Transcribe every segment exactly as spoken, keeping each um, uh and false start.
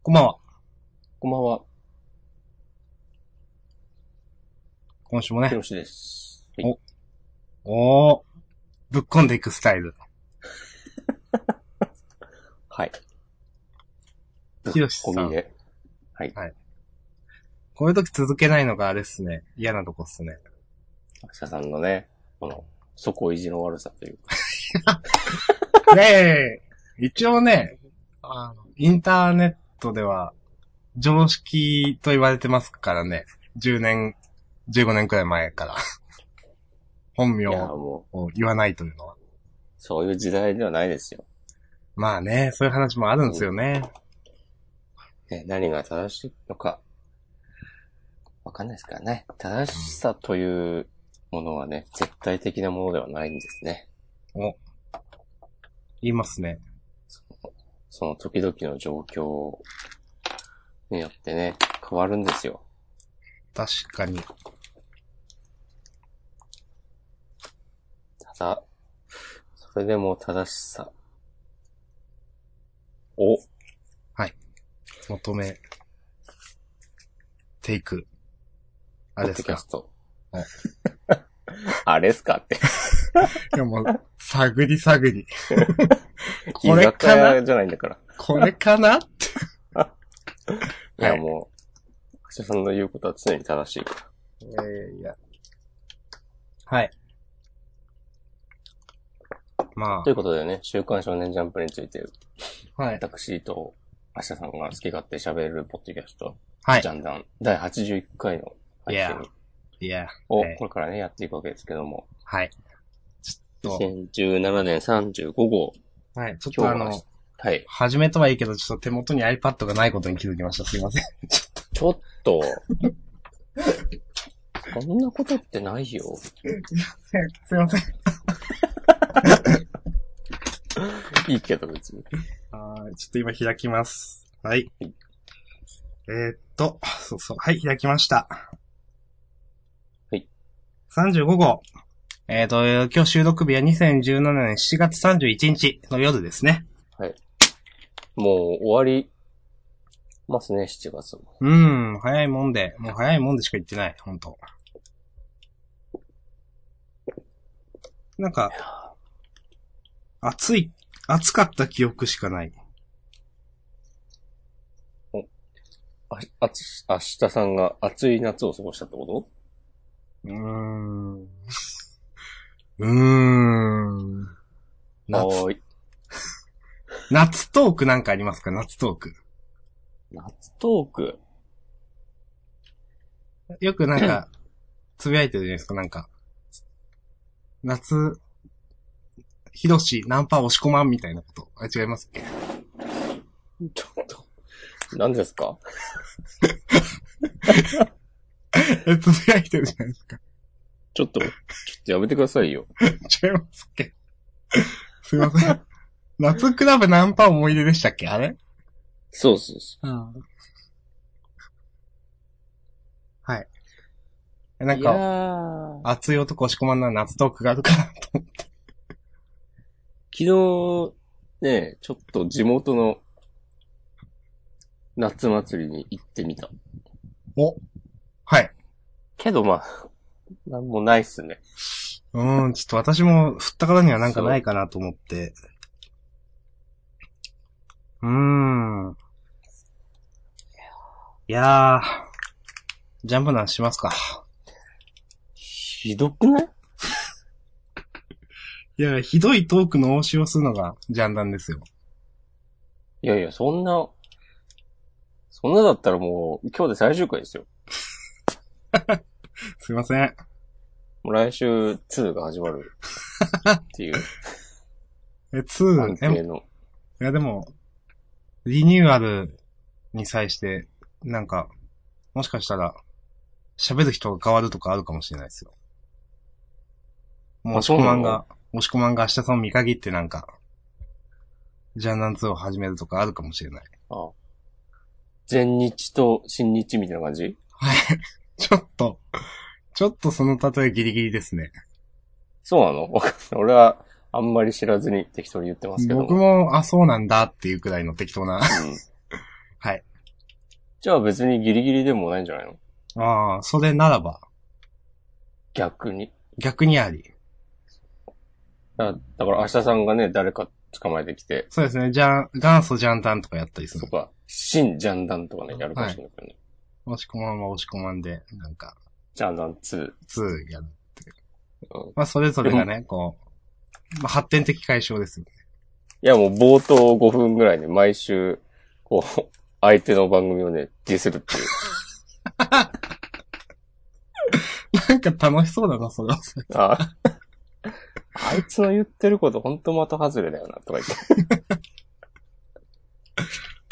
こんばんは。 こんばんは。 今週もね。 ひろしです。はい、 お、おー、ぶっこんでいくスタイル。 はい。 ひろしさん。 込みで。はい。 はい。こういう時続けないのがあれっすね。嫌なとこっすね。 明日さんのね、この、底意地の悪さというか。ねえ、一応ね、あの、インターネットでは、常識と言われてますからね。じゅうねん、じゅうごねんくらい前から。本名を言わないというのは。 そういう時代ではないですよ。 まあね、そういう話もあるんですよね。 うん、ね、何が正しいのか、わかんないですからね。正しさというものはね、絶対的なものではないんですね。 お、言いますね。 その、その時々の状況によってね、変わるんですよ。 確かに。 ただ、それでも正しさを、 はい。求めていく。あれですか。 あれですかって。 いやもう、探り探り。これかなじゃないんだから。 これかなって。 いや、もう、明日さんの言うことは常に正しいから。 いやいやいや。はい。まあ。 ということでね、週刊少年ジャンプについて、 はい。 私と明日さんが好き勝手喋るポッドキャスト、 はい。 ジャンダンだいはちじゅういっかいの配信いや。 を、これからね、やっていくわけですけども。 はい。 ちょっと。にせんじゅうななねんさんじゅうごごう。 はい。ちょっとあの、 はい。 始めとはいいけど、ちょっと手元に iPad がないことに気づきました。すいません。 ちょっと。ちょっと。そんなことってないよ。 すいません。すいません。 いいけど別に。 はい。ちょっと今開きます。はい。はい、えー、っと、そうそう。はい、開きました。 はい。 さんじゅうごごう。えー、っと、今日収録日はにせんじゅうななねんしちがつさんじゅういちにちの夜ですね。 はい。もう終わりますね、しちがつも。 うーん、早いもんで、もう早いもんでしか言ってない、ほんと。なんか、暑い、暑かった記憶しかない。 お、あ、あつ、明日さんが暑い夏を過ごしたってこと？ うーん。うーん。夏。 はーい。 夏トークなんかありますか？夏トーク。 夏トークよくなんか、つぶやいてるじゃないですか、なんか。夏、ひろし、ナンパ押し込まんみたいなこと。あれ違いますっけ？ ちょっと、何ですか？ え、つぶやいてるじゃないですか。 ちょっと、ちょっとやめてくださいよ。 違いますっけ？すいません。夏クラブナンパ思い出でしたっけあれ？ そうそうそう。 うん。はい。なんか、熱い男押し込まんな夏トークがあるかなと思って。 昨日、ね、ちょっと地元の夏祭りに行ってみた。 お。はい。 けどまあ、なんもないっすね。 うーん、ちょっと私も振った方にはなんかないかなと思って。うーん。いやー、ジャンプなんしますか。 ひどくない？ いや、ひどいトークの応酬をするのがジャンダンですよ。 いやいや、そんな、そんなだったらもう、今日で最終回ですよ。 すいません。 もう来週にが始まる。っていう。 え、に? えの。 いやでも、リニューアルに際して、なんか、もしかしたら、喋る人が変わるとかあるかもしれないですよ。もう押し込まんが、押し込まんが明日さんを見限ってなんか、ジャンダンツーを始めるとかあるかもしれない。 ああ。全日と新日みたいな感じ？ はい。ちょっと、ちょっとその例えギリギリですね。 そうなの？俺はあんまり知らずに適当に言ってますけども。 僕も、あ、そうなんだっていうくらいの適当な。うん、はい。 じゃあ別にギリギリでもないんじゃないの？ ああ、それならば、 逆に。 逆にあり。 だだから明日さんがね、誰か捕まえてきて、 そうですね。じゃん、元祖ジャンダンとかやったりする。 そこは、新ジャンダンとかね、やるかもしれないけどね。 押し込まんは押し込まんで、なんか、 ジャンダンツー。 にやる。 うん、 まあ、それぞれがね、こう、まあ、発展的解消ですよね。 いやもう冒頭ごふんぐらいで毎週、こう、相手の番組をね、ディスるっていう。 なんか楽しそうだな、それは。 ああ。あいつの言ってることほんと的外れだよな、とか言って。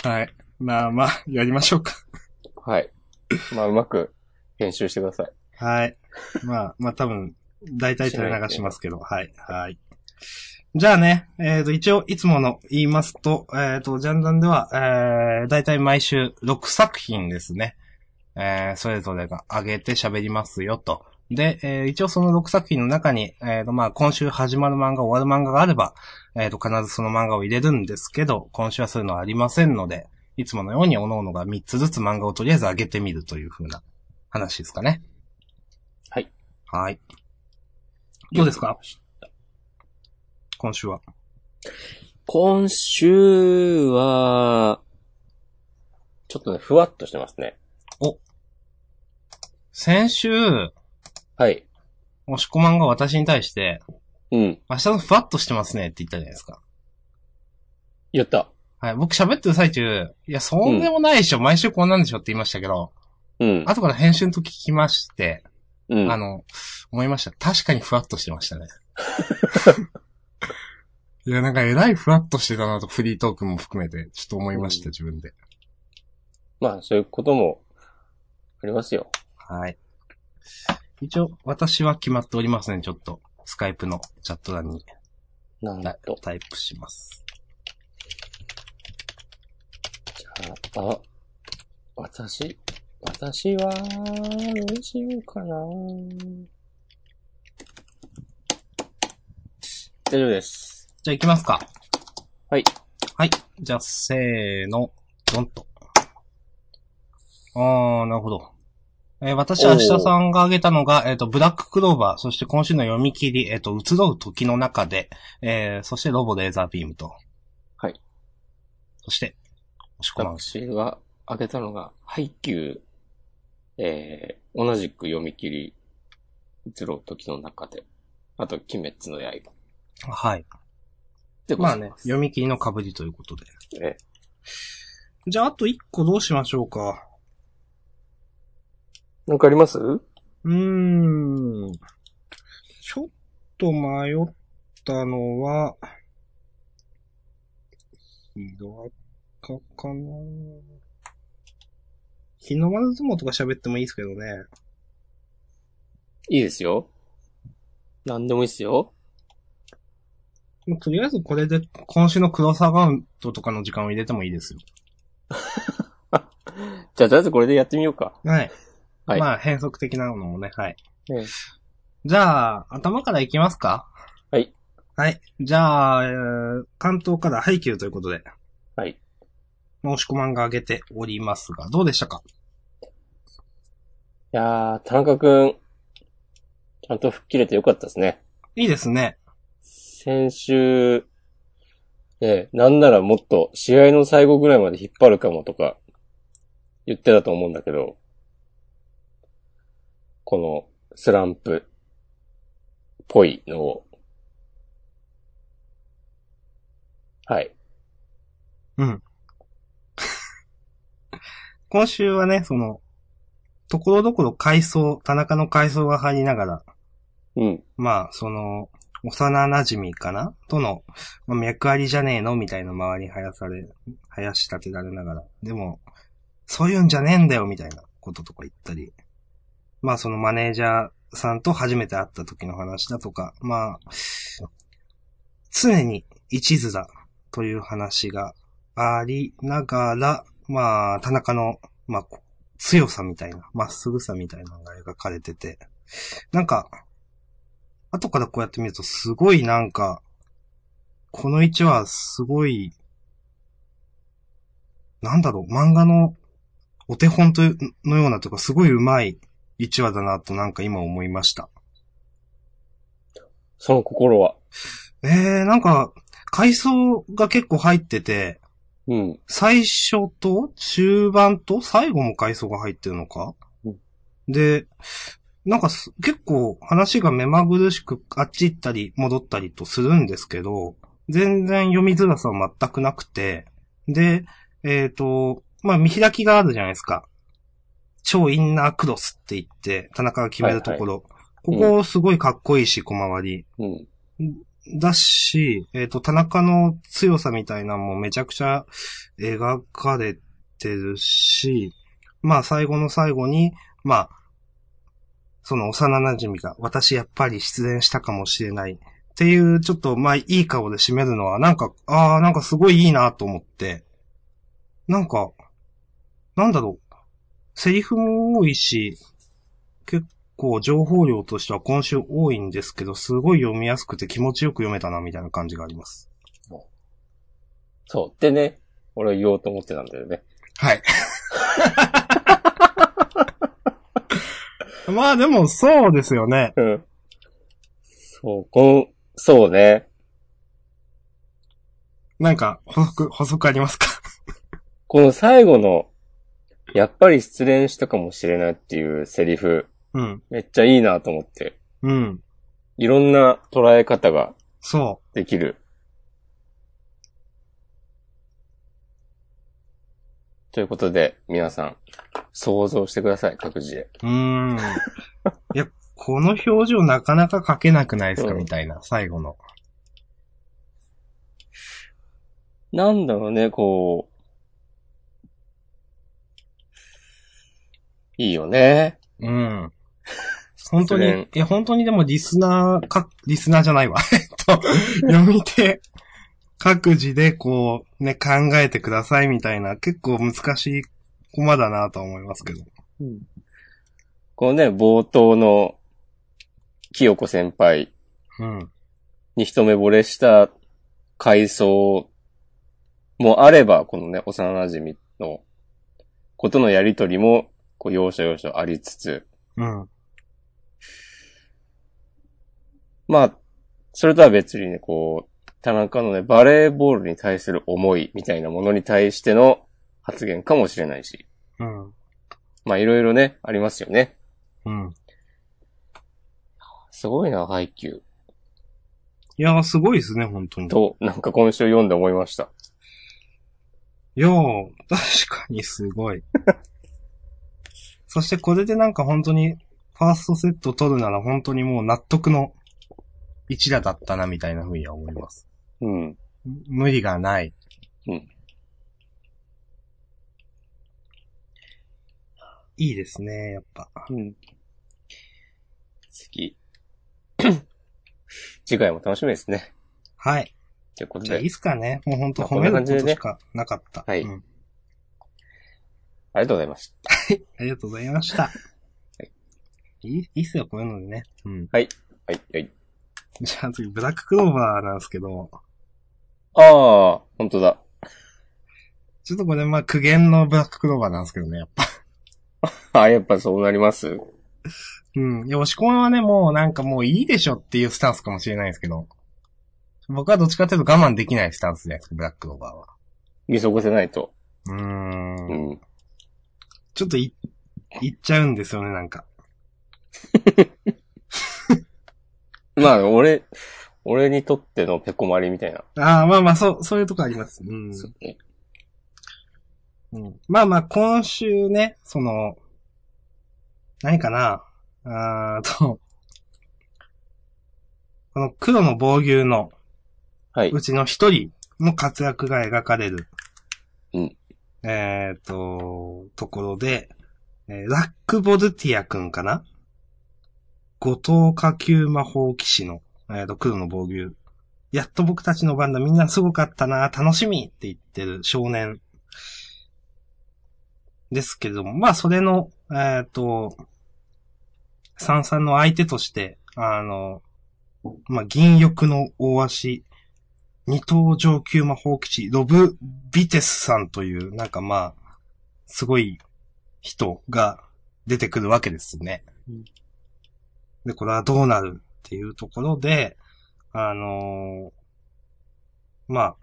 はい。まあまあ、やりましょうか。 はい。まあ、うまく編集してください。 はい。まあ、まあ多分、大体垂れ流しますけど、はい、はい。じゃあね、えっ、ー、と、一応、いつもの言いますと、えっ、ー、と、ジャンダンでは、えー、大体毎週ろくさく品ですね。えー、それぞれが上げて喋りますよと。で、えー、一応そのろくさく品の中に、えっ、ー、と、まあ、今週始まる漫画、終わる漫画があれば、えっ、ー、と、必ずその漫画を入れるんですけど、今週はそういうのはありませんので、いつものように各々がみっつずつ漫画をとりあえず上げてみるという風な話ですかね。 はい。 はい。どうですか？今週は。 今週は、ちょっとね、ふわっとしてますね。 お。先週、 はい。 押し込まんが私に対して、 うん。 明日のふわっとしてますねって言ったじゃないですか。 言った。 はい。僕喋ってる最中、いや、そうでもないでしょ、うん、毎週こうなんでしょって言いましたけど、 うん。 後から編集の時聞きまして、 うん。 あの、思いました。確かにふわっとしてましたね。いや、なんか偉いふわっとしてたなと、フリートークも含めて、ちょっと思いました、うん、自分で。 まあ、そういうことも、ありますよ。 はい。一応、私は決まっておりますね、ちょっと。スカイプのチャット欄に。 なんと。 タイプします。 じゃあ、あ、私、私は、どうしようかな。大丈夫です。 じゃあ行きますか。 はい。 はい。じゃあ、せーの、ドンと。あー、なるほど。えー、私、明日さんが挙げたのが、えっ、ー、と、ブラッククローバー、そして今週の読み切り、えっ、ー、と、移ろう時の中で、えー、そしてロボレーザービームと。 はい。 そして、押し込まん。 私が挙げたのが、ハイキュー、えー、同じく読み切り、移ろう時の中で。あと、鬼滅の刃。 はい。まあね、読み切りの被りということで。 ええ。 じゃあ、あと一個どうしましょうか。 なんかあります？ うーん。ちょっと迷ったのは、ヒロアカかな。日の丸相撲とか喋ってもいいですけどね。 いいですよ。なんでもいいですよ。 とりあえずこれで今週のクロスアカウントとかの時間を入れてもいいですよ。 じゃあとりあえずこれでやってみようか。 はい。 はい。 まあ変則的なのもね、はい。 ね、 じゃあ、頭からいきますか？ はい。 はい。じゃあ、えー、関東からハイキューということで。 はい。 申し込まんが挙げておりますが、どうでしたか？ いやー、田中くん、ちゃんと吹っ切れてよかったですね。 いいですね。 先週、ね、なんならもっと試合の最後ぐらいまで引っ張るかもとか言ってたと思うんだけど、このスランプっぽいのを、はい。 うん。今週はね、その、ところどころ回想、田中の回想が入りながら、 うん。 まあ、その、幼馴染かなとの、まあ、脈ありじゃねえのみたいな周りに生やされ、生やし立てられながら。でも、そういうんじゃねえんだよみたいなこととか言ったり。まあそのマネージャーさんと初めて会った時の話だとか、まあ、常に一途だという話がありながら、まあ、田中の、まあ、強さみたいな、まっすぐさみたいなのが描かれてて、なんか、後からこうやって見るとすごいなんか、この一話すごい、なんだろう、漫画のお手本というのようなとか、すごい上手い一話だなとなんか今思いました。 その心は。 えー、なんか、回想が結構入ってて、 うん。 最初と中盤と最後も回想が入ってるのか、 うん、 で、なんか結構話が目まぐるしくあっち行ったり戻ったりとするんですけど、全然読みづらさは全くなくて、で、えっと、まあ見開きがあるじゃないですか。超インナークロスって言って、田中が決めるところ。はいはい、ここすごいかっこいいし、小回り。 うん、 だし、えっと、田中の強さみたいなのもめちゃくちゃ描かれてるし、まあ最後の最後に、まあ、その幼馴染が私やっぱり失恋したかもしれないっていうちょっとまあいい顔で締めるのはなんか、ああなんかすごいいいなと思って、なんか、なんだろう、セリフも多いし、結構情報量としては今週多いんですけど、すごい読みやすくて気持ちよく読めたなみたいな感じがあります。 そう。でね、俺は言おうと思ってたんだよね。 はい。まあでもそうですよね。 うん。そう、この、そうね。 なんか補足、補足ありますか？ この最後の、やっぱり失恋したかもしれないっていうセリフ。 うん。 めっちゃいいなと思って。 うん。 いろんな捉え方が。 そう。 できる。ということで、皆さん、想像してください、各自で。 うーん。いや、この表情なかなか描けなくないですか、うん、みたいな、最後の。 なんだろうね、こう。いいよね。 うん。本当に、いや、本当にでもリスナー、か、リスナーじゃないわ。えっと、読み手、各自でこう、ね、考えてくださいみたいな、結構難しいコマだなと思いますけど。 うん、このね、冒頭の、清子先輩に一目惚れした回想もあれば、このね、幼馴染のことのやりとりも、こう、要所要所ありつつ、 うん。 まあ、それとは別にね、こう、田中のね、バレーボールに対する思いみたいなものに対しての発言かもしれないし。 うん。 まあ、いろいろね、ありますよね。 うん。 すごいな、配給。 いやー、すごいですね、本当に。 と、なんか今週読んで思いました。 いやー、確かにすごい。そしてこれでなんか本当に、ファーストセット取るなら本当にもう納得の一打だったな、みたいな風には思います。 うん。 無理がない。 うん。 いいですね、やっぱ。 うん。次。次回も楽しみですね。 はい。 ということで。 じゃあいいっすかね。もうほんと褒めることしかなかった。 はい、うん。ありがとうございました。 はい。ありがとうございました。はい。 いい、いいっすよ、こういうのでね。うん。 はい。はい。はい。 じゃあ次、ブラッククローバーなんですけど。 ああ、ほんとだ。 ちょっとこれ、まあ、苦言のブラッククローバーなんですけどね、やっぱ。 あ、やっぱそうなりますうん。いや、押し込みはね、もうなんかもういいでしょっていうスタンスかもしれないですけど。僕はどっちかというと我慢できないスタンスじゃないですか、ブラッククローバーは。 見過ごせないと。 うーん。 うん。 ちょっとい、言っちゃうんですよね、なんか。 まあ、俺、俺にとってのペコマリみたいな。 ああ、まあまあ、そう、そういうとこあります。うん。そうね。うん。まあまあ、今週ね、その、何かな、あーと、この黒の防御の、はい。うちの一人の活躍が描かれる。 うん。 えっと、ところで、えー、ラック・ボルティア君かな、五等下級魔法騎士の、えっと、黒の防御。やっと僕たちの番だ、みんなすごかったな、楽しみって言ってる少年。ですけども、まあ、それの、えっと、三々の相手として、あの、まあ、銀翼の大足、二等上級魔法騎士、ロブ・ビテスさんという、なんかまあ、すごい人が出てくるわけですね。 うん、 で、これはどうなるっていうところで、あのー、まあ、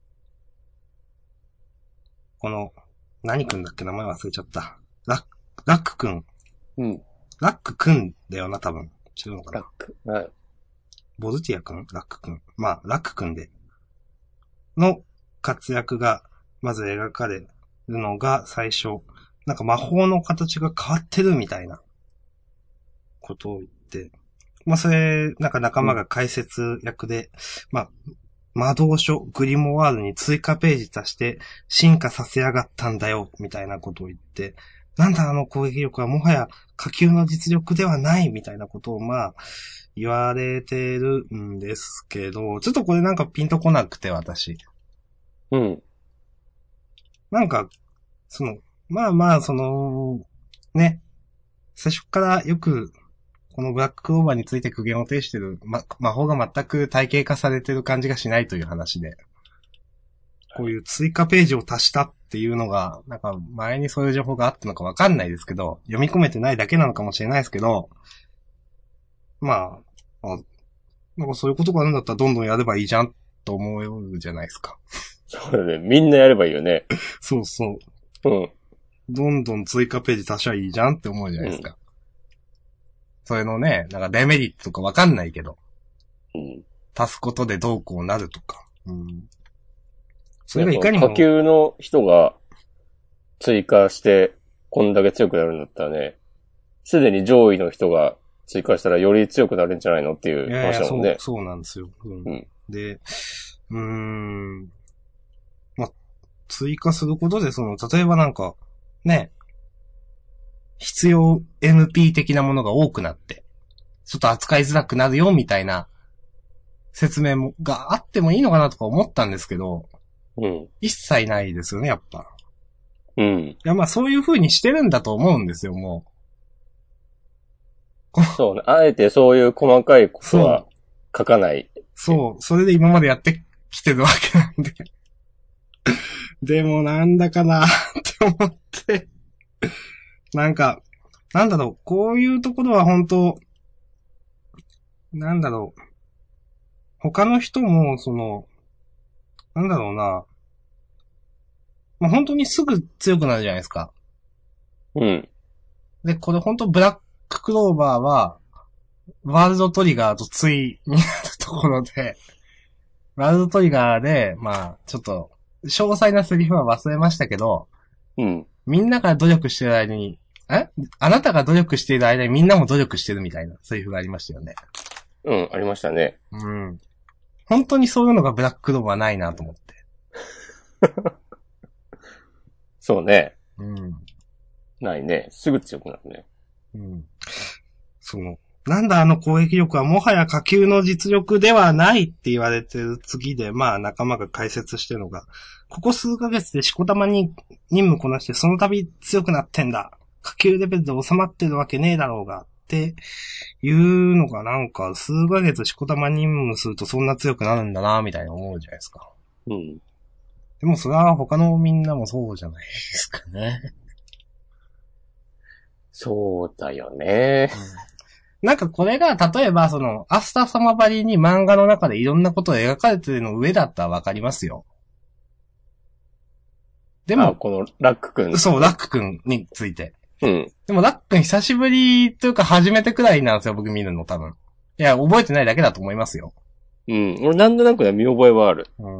この、何くんだっけ名前忘れちゃった。ラック、ラックくん。 うん。 ラックくんだよな、多分。違うのかな。 ラック。はい。 ボルティアくんラックくん。まあ、ラックくんで。の活躍が、まず描かれるのが最初。なんか魔法の形が変わってるみたいなことを言って。まあ、それ、なんか仲間が解説役で、うん、まあ、魔導書、グリモワールに追加ページ足して進化させやがったんだよ、みたいなことを言って、なんだあの攻撃力はもはや下級の実力ではない、みたいなことをまあ、言われてるんですけど、ちょっとこれなんかピンとこなくて、私。 うん。 なんか、その、まあまあ、その、ね、最初からよく、このブラッククローバーについて苦言を呈してる、ま、魔法が全く体系化されてる感じがしないという話で、こういう追加ページを足したっていうのが、なんか前にそういう情報があったのかわかんないですけど、読み込めてないだけなのかもしれないですけど、まあ、あなんかそういうことがあるんだったらどんどんやればいいじゃんと思うじゃないですか。 そうだね。みんなやればいいよね。 そうそう。 うん。 どんどん追加ページ足しゃいいじゃんって思うじゃないですか。うん、それのね、なんかデメリットとかわかんないけど。うん。足すことでどうこうなるとか。うん。それがいかにも。 下級の人が追加してこんだけ強くなるんだったらね、すでに上位の人が追加したらより強くなるんじゃないのっていう話だもんね。 いやいやそう、そうなんですよ。うん。うん、で、うーん。ま、追加することで、その、例えばなんか、ね、必要 エムピー 的なものが多くなって、ちょっと扱いづらくなるよ、みたいな説明も、があってもいいのかなとか思ったんですけど、 うん。 一切ないですよね、やっぱ。 うん。 いや、まあそういう風にしてるんだと思うんですよ、もう。そうね。あえてそういう細かいことは書かない。 そう。それで今までやってきてるわけなんで。でもなんだかなって思って。なんか、なんだろう、こういうところは本当なんだろう。他の人も、その、なんだろうな。まあ、本当にすぐ強くなるじゃないですか。 うん。 で、これ本当ブラッククローバーは、ワールドトリガーと対になるところで、ワールドトリガーで、まあ、ちょっと、詳細なセリフは忘れましたけど、 うん。 みんなが努力してる間に、えあなたが努力している間にみんなも努力してるみたいなセリフがありましたよね。 うん、ありましたね。 うん。本当にそういうのがブラッククローバーはないなと思って。 そうね。 うん。 ないね。すぐ強くなるね。 うん。その、なんだあの攻撃力はもはや下級の実力ではないって言われてる次で、まあ仲間が解説してるのが、ここ数ヶ月でしこたまに任務こなしてその度強くなってんだ。下級レベルで収まってるわけねえだろうが。っていうのがなんか数ヶ月しこたま任務するとそんな強くなるんだなみたいな思うじゃないですか。 うん。 でもそれは他のみんなもそうじゃないですかね。 そうだよね。 うん、なんかこれが例えばそのアスタ様ばりに漫画の中でいろんなことが描かれてるの上だったらわかりますよ。でも、 このラック君。 そう、ラック君について。 うん。 でもラック君久しぶりというか初めてくらいなんですよ、僕見るの多分。いや、覚えてないだけだと思いますよ。 うん。俺なんとなくね、見覚えはある。 うん。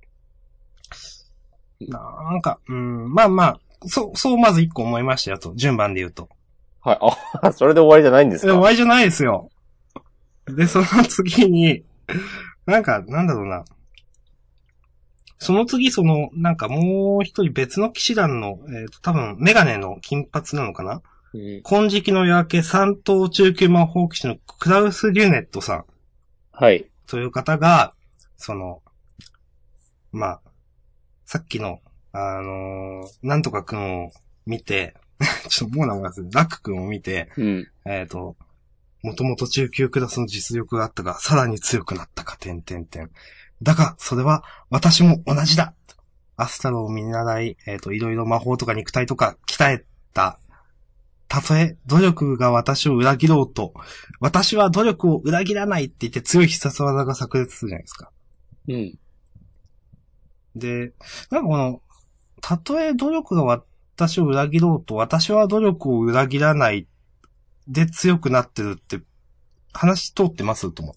なんか、うん、まあまあ、そう、そうまず一個思いましたよと、順番で言うと。 はい。あ、それで終わりじゃないんですか？ 終わりじゃないですよ。で、その次に、なんか、なんだろうな。その次、その、なんかもう一人別の騎士団の、えっと、多分、メガネの金髪なのかな、うん、金色の夜明け三等中級魔法騎士のクラウス・リュネットさん。 はい。 という方が、その、まあ、さっきの、あのー、なんとかくんを見て、ちょっともう名前忘れて、ラックくんを見て、 うん、 えっと、もともと中級クラスの実力があったが、さらに強くなったか、てんてんてん。だが、それは、私も同じだ。アスタロを見習い、えっと、いろいろ魔法とか肉体とか鍛えた。たとえ努力が私を裏切ろうと、私は努力を裏切らないって言って強い必殺技が炸裂するじゃないですか。 うん。 で、なんかこの、たとえ努力が私を裏切ろうと、私は努力を裏切らないで強くなってるって、話通ってますと思って。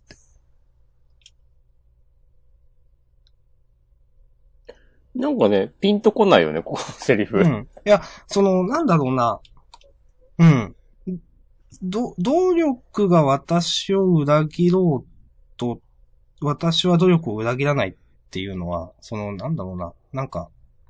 なんかね、ピンとこないよね、このセリフ。 うん。いや、その、なんだろうな。うん。ど、努力が私を裏切ろうと、私は努力を裏切らないっていうのは、その、なんだろうな。なんか、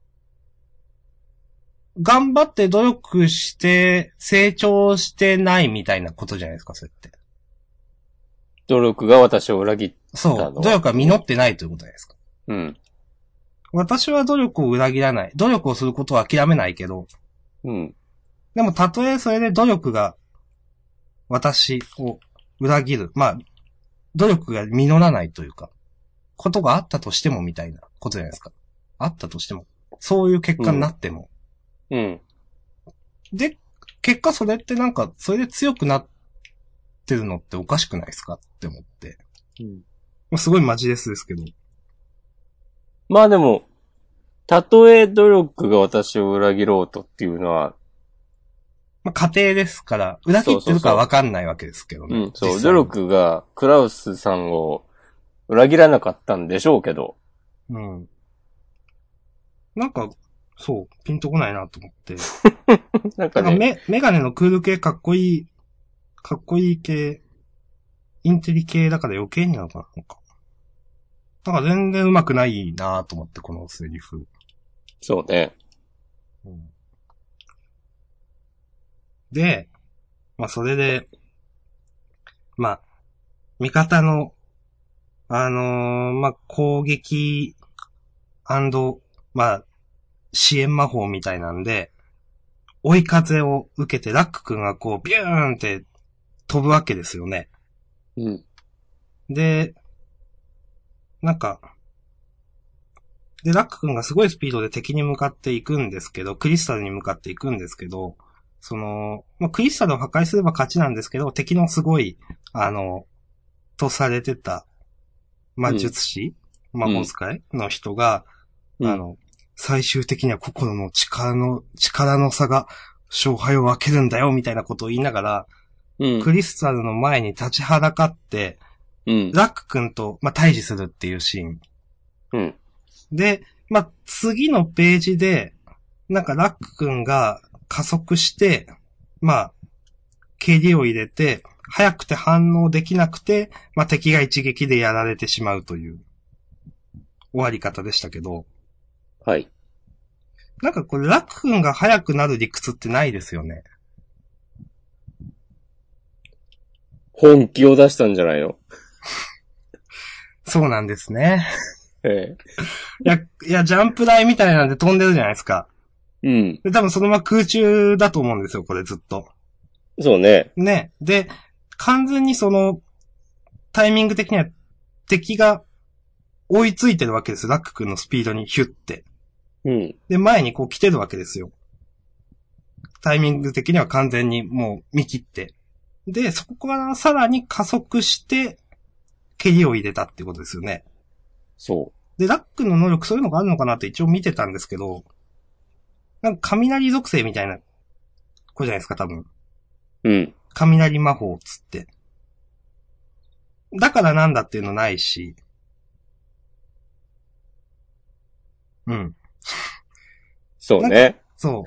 頑張って努力して成長してないみたいなことじゃないですか、それって。 努力が私を裏切ったのは。 そう。努力が実ってないということじゃないですか。 うん。 私は努力を裏切らない。努力をすることは諦めないけど。 うん。 でも、たとえそれで努力が私を裏切る。まあ、努力が実らないというか、ことがあったとしてもみたいなことじゃないですか。あったとしても。そういう結果になっても。 うん。うん、 で、結果それってなんか、それで強くなってるのっておかしくないですかって思って。うん。すごいマジレスですけど。 まあでも、たとえ努力が私を裏切ろうとっていうのは、 まあ、家庭ですから、裏切ってるかわかんないわけですけどね。 うん、そう、努力がクラウスさんを裏切らなかったんでしょうけど。 うん。なんか、そう、ピンとこないなと思って。 なんかね。 なんかメ、メガネのクール系かっこいい、かっこいい系、インテリ系だから余計になのかななんか。なんか全然上手くないなと思って、このセリフ。 そうね。 うん、で、まあそれで、まあ、味方の、あのー、まあ攻撃、まあ、支援魔法みたいなんで、追い風を受けてラック君がこうビューンって飛ぶわけですよね。 うん。 で、なんか、で、ラック君がすごいスピードで敵に向かっていくんですけど、クリスタルに向かっていくんですけど、その、まあ、クリスタルを破壊すれば勝ちなんですけど、敵のすごい、あの、とされてた、魔術師、うん、魔法使いの人が、うん、あの、最終的には心の力の、力の差が勝敗を分けるんだよ、みたいなことを言いながら、うん、クリスタルの前に立ちはだかって、うん、ラック君と、まあ、対峙するっていうシーン。 うん、 で、まあ、次のページで、なんかラック君が加速して、まあ、蹴りを入れて、早くて反応できなくて、まあ、敵が一撃でやられてしまうという終わり方でしたけど。 はい。 なんかこれラック君が速くなる理屈ってないですよね。 本気を出したんじゃないの？ そうなんですね。 ええ。 いや、いや、ジャンプ台みたいなんで飛んでるじゃないですか。 うん。 で、多分そのまま空中だと思うんですよ、これずっと。 そうね。 ね。で、完全にその、タイミング的には敵が追いついてるわけですよ、ラック君のスピードにヒュッて。 うん。 で、前にこう来てるわけですよ。タイミング的には完全にもう見切って。で、そこからさらに加速して、蹴りを入れたってことですよね。 そう。 で、ラックの能力そういうのがあるのかなって一応見てたんですけど、なんか雷属性みたいな子じゃないですか、多分。 うん。 雷魔法つって。だからなんだっていうのないし。うん。 そうね。 そう。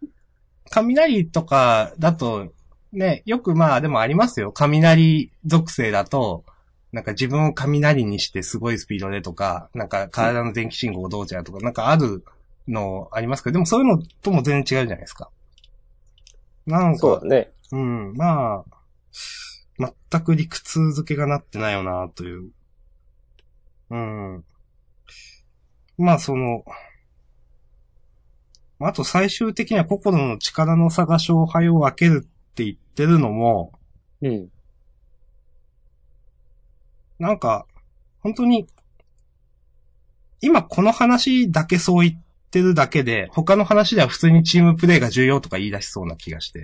雷とかだと、ね、よくまあでもありますよ。雷属性だと、なんか自分を雷にしてすごいスピードでとか、なんか体の電気信号をどうじゃとか、なんかあるのありますけど、でもそういうのとも全然違うじゃないですか。なんか、 そうだね。 うん、まあ、全く理屈付けがなってないよな、という。うん。まあその、あと最終的には心の力の差が勝敗を分けるって言ってるのも、 うん。 なんか、本当に、今この話だけそう言っってるだけで、他の話では普通にチームプレイが重要とか言い出しそうな気がして。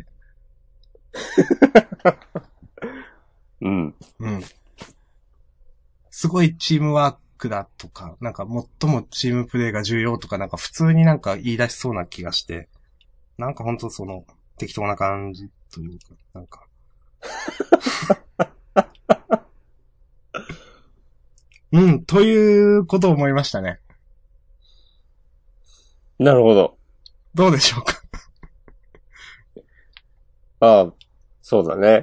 うん。 うん。すごいチームワークだとか、なんか最もチームプレイが重要とかなんか普通になんか言い出しそうな気がして、なんかほんとその適当な感じというか、なんか。うん、ということを思いましたね。 なるほど。 どうでしょうか。 ああ、そうだね。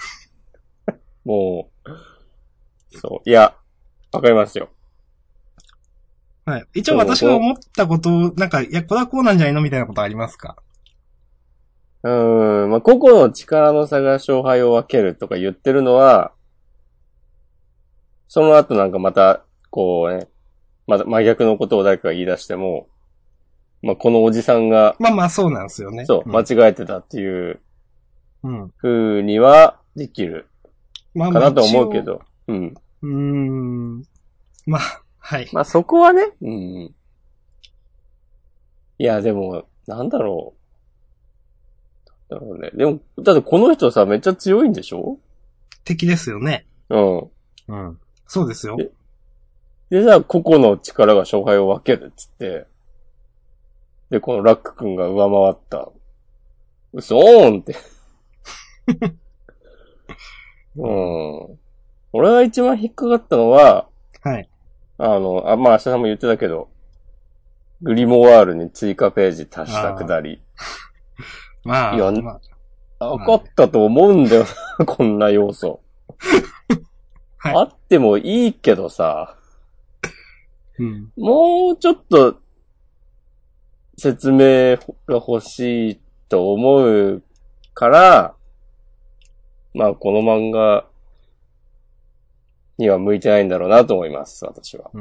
もう、そう。いや、わかりますよ。 はい。一応私が思ったこと、なんか、いや、これはこうなんじゃないのみたいなことありますか？ うーん、まあ、個々の力の差が勝敗を分けるとか言ってるのは、その後なんかまた、こうね、また真逆のことを誰かが言い出しても、まあ、このおじさんが、 まあまあそうなんですよね。 そう、 うん、 間違えてたっていう、 うん。 風にはできる。 まあかなと思うけど。うん。 うーん。まあ、はい。 まあそこはね、うん。いや、でも、なんだろう。だろうね。でも、だってこの人さ、めっちゃ強いんでしょ？ 敵ですよね。 うん。 うん。そうですよ。 で、でさ、個々の力が勝敗を分けるっつって、で、このラック君が上回った。嘘ーんって。うん。俺が一番引っかかったのは、 はい。 あの、あ、まあ、明日さんも言ってたけど、グリモワールに追加ページ足したくだり。 まあ、 いや、 まあ、分かったと思うんだよな、こんな要素。 はい。 あってもいいけどさ、 うん、 もうちょっと説明が欲しいと思うから、まあこの漫画には向いてないんだろうなと思います、私は。 うん、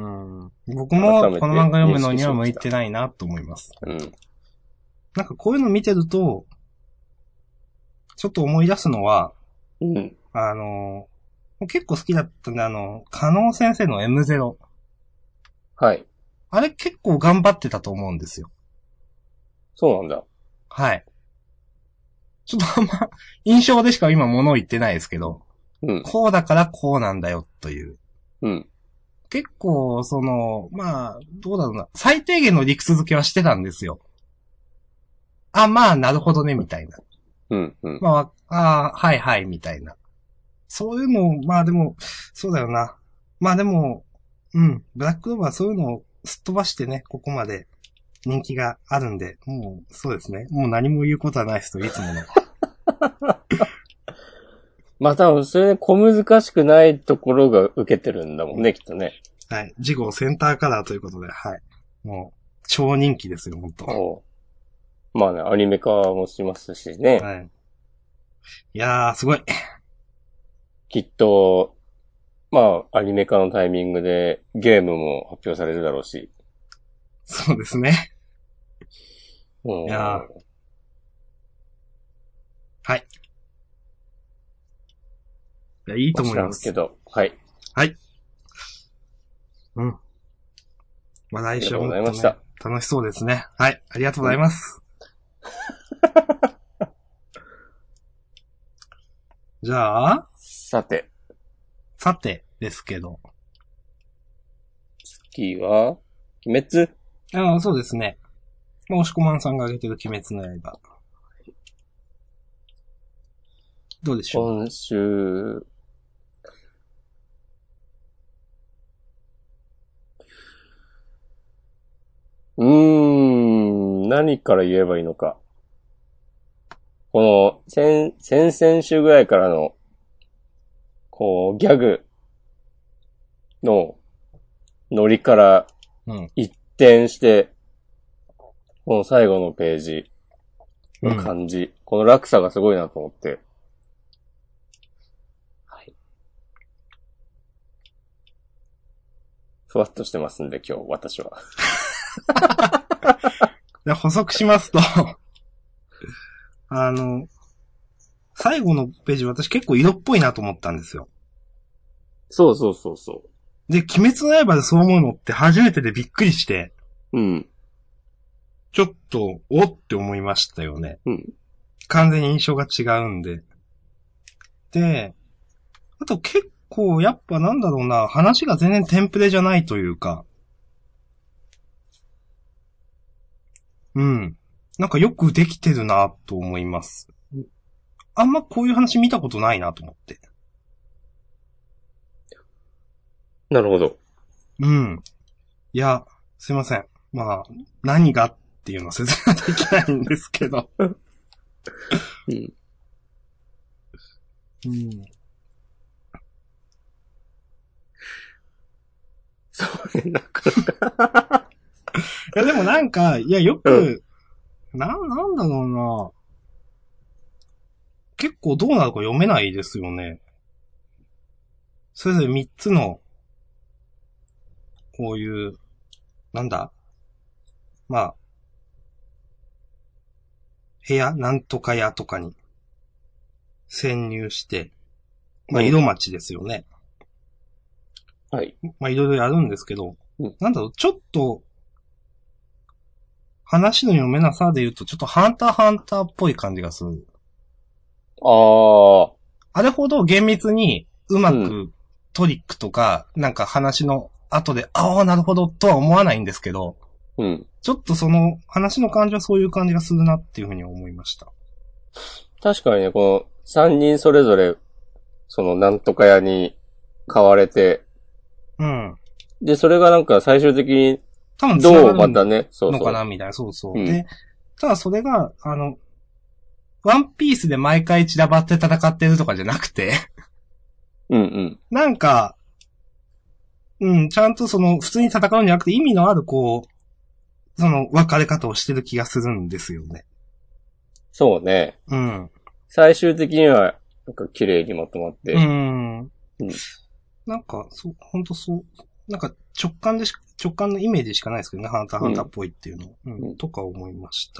僕もこの漫画読むのには向いてないなと思います。 うん。 なんかこういうの見てると、ちょっと思い出すのは、 うん。 あの、結構好きだったんで、あの、加納先生の エムゼロ。 はい。 あれ結構頑張ってたと思うんですよ。 そうなんだ。 はい。ちょっとあんま、印象でしか今物を言ってないですけど、 うん。 こうだからこうなんだよという。 うん。 結構、その、まあ、どうだろうな。最低限の理屈付けはしてたんですよ。あ、まあ、なるほどね、みたいな。 うん。うん。 まあ、あはいはい、みたいな。そういうのを、まあでも、そうだよな。まあでも、うん、ブラッククローバーそういうのをすっ飛ばしてね、ここまで人気があるんで、もう、そうですね。もう何も言うことはないですと、いつもの。 まあ多分それね、小難しくないところが受けてるんだもんね、きっとね。 はい。次号センターカラーということで、はい。もう、超人気ですよ、本当。 おまあね、アニメ化もしますしね。 はい。いやー、すごい。 きっと、まあ、アニメ化のタイミングでゲームも発表されるだろうし。 そうですね。 うん、 いやー。はい。いや、いいと思います。 知らんけど、はい。 はい。うん。まあ来週も、ね、 ありがとうございました。 楽しそうですね。はい。ありがとうございます。じゃあ、 さて。 さてですけど。 次は、鬼滅？ ああ、そうですね。まあ、押しこまんさんが挙げてる鬼滅の刃。どうでしょう？ 今週、うーん、何から言えばいいのか。この、先、先々週ぐらいからの、こう、ギャグのノリから一転して、うん、この最後のページの感じ、うん、この落差がすごいなと思って。はい。ふわっとしてますんで、今日、私は。 じゃ補足しますと、あの、最後のページ私結構色っぽいなと思ったんですよ。 そうそうそうそう。 で、鬼滅の刃でそう思うのって初めてでびっくりして。 うん。 ちょっと、おって思いましたよね。 うん。 完全に印象が違うんで。で、あと結構やっぱなんだろうな、話が全然テンプレじゃないというか、うん。なんかよくできてるなと思います。あんまこういう話見たことないなと思って。 なるほど。 うん。いや、すいません。まあ、何がっていうのは説明できないんですけど。 うん。 うん。 そうね、なかなか。 いや、でもなんか、いや、よく、うん、な、なんだろうな。結構どうなるか読めないですよね。それぞれ三つの、こういう、なんだまあ、部屋、なんとか屋とかに潜入して、まあ、色町ですよね。 うん、はい。 まあ、いろいろやるんですけど、 うん、 なんだろう、ちょっと、話の読めなさで言うと、ちょっとハンターハンターっぽい感じがする。 ああ。 あれほど厳密にうまくトリックとか、うん、なんか話の後で、ああ、なるほどとは思わないんですけど、 うん。 ちょっとその話の感じはそういう感じがするなっていうふうに思いました。 確かにね、この三人それぞれ、そのなんとか屋に買われて、 うん。 で、それがなんか最終的に、 多分どうまたね、そうそう。 のかなみたいな、そうそう。 うん、 で、ただそれが、あの、ワンピースで毎回散らばって戦ってるとかじゃなくてうんうん。 なんか、うん、ちゃんとその、普通に戦うんじゃなくて意味のあるこう、その、分かれ方をしてる気がするんですよね。 そうね。 うん。 最終的には、なんか綺麗にまとまって。 うん。うん。 なんか、そう、ほんとそう、なんか直感でし、直感のイメージしかないですけどね、ハンターハンターっぽいっていうの。うん。うん、とか思いました。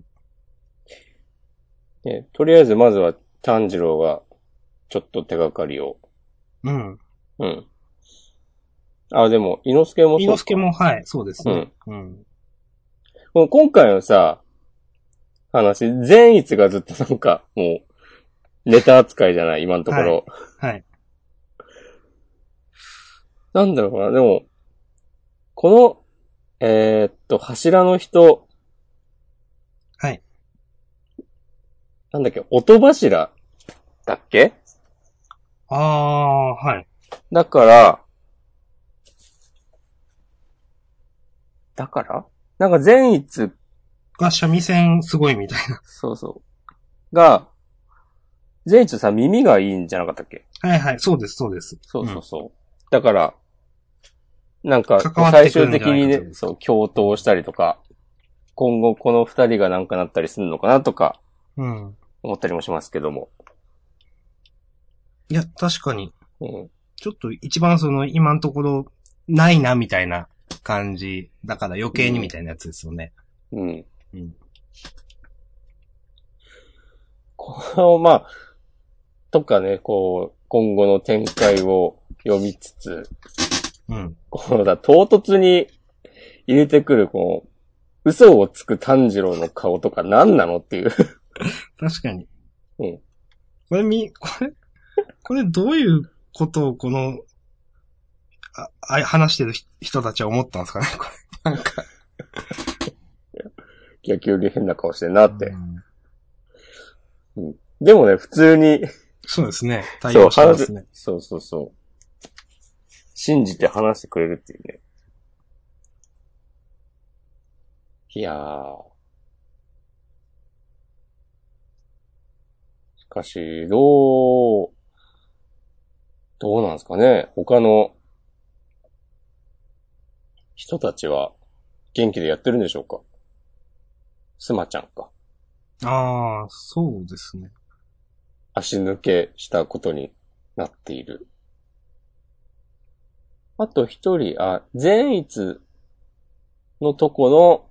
ね、とりあえずまずは炭治郎がちょっと手がかりを。 うん。 うん。あ、でも、伊之助もそうか。 伊之助も、はい、そうですね。うん。 うん、今回のさ、話、善逸がずっとなんか、もう、ネタ扱いじゃない、今のところ。 はい。はい、 なんだろうな、でも、この、えー、っと、柱の人。 はい。 なんだっけ、音柱だっけ？ ああ、はい。 だから、だからなんか善逸が三味線すごいみたいな。 そうそう。が、善逸さ、耳がいいんじゃなかったっけ？ はいはい、そうです、そうです。 そうそうそう。うん、だから、なんか、 最終的にね、そう、共闘したりとか、今後この二人がなんかなったりするのかなとか、 うん。 思ったりもしますけども。 いや、確かに。 うん。 ちょっと一番その、今のところ、ないな、みたいな感じ。だから余計にみたいなやつですよね。 うん。 うん。 この、まあ、とかね、こう、今後の展開を読みつつ、 うん。 このだ、唐突に入れてくる、こう、嘘をつく炭治郎の顔とか何なのっていう。 確かに。 うん。 これみ、これ、これどういうことをこの、あ、あ話してる人たちは思ったんですかねこれ。なんか。 野球で変な顔してんなって。うん。うん。でもね、普通に。 そうですね。対応してますね。 そう、そうそうそう。信じて話してくれるっていうね。いやー。しかし、どう、どうなんですかね。他の人たちは元気でやってるんでしょうか。スマちゃんか。 ああ、そうですね。 足抜けしたことになっている。あと一人、あ、善逸のとこの、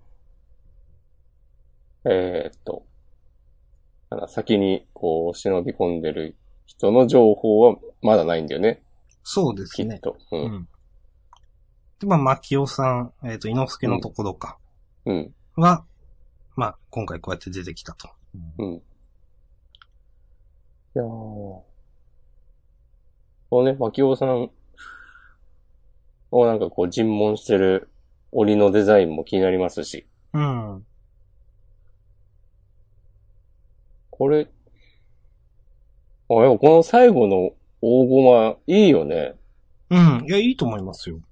えー、っと、先にこう忍び込んでる人の情報はまだないんだよね。 そうですね。 きっと。うん。うん、 で、まあ、牧尾さん、えっ、ー、と、伊之助のところか。 うん。 は、 まあ、今回こうやって出てきたと。 うん。いやー。こうね、牧尾さんをなんかこう尋問してる檻のデザインも気になりますし。 うん。 これ、あ、でもこの最後の大駒、いいよね。 うん。いや、いいと思いますよ。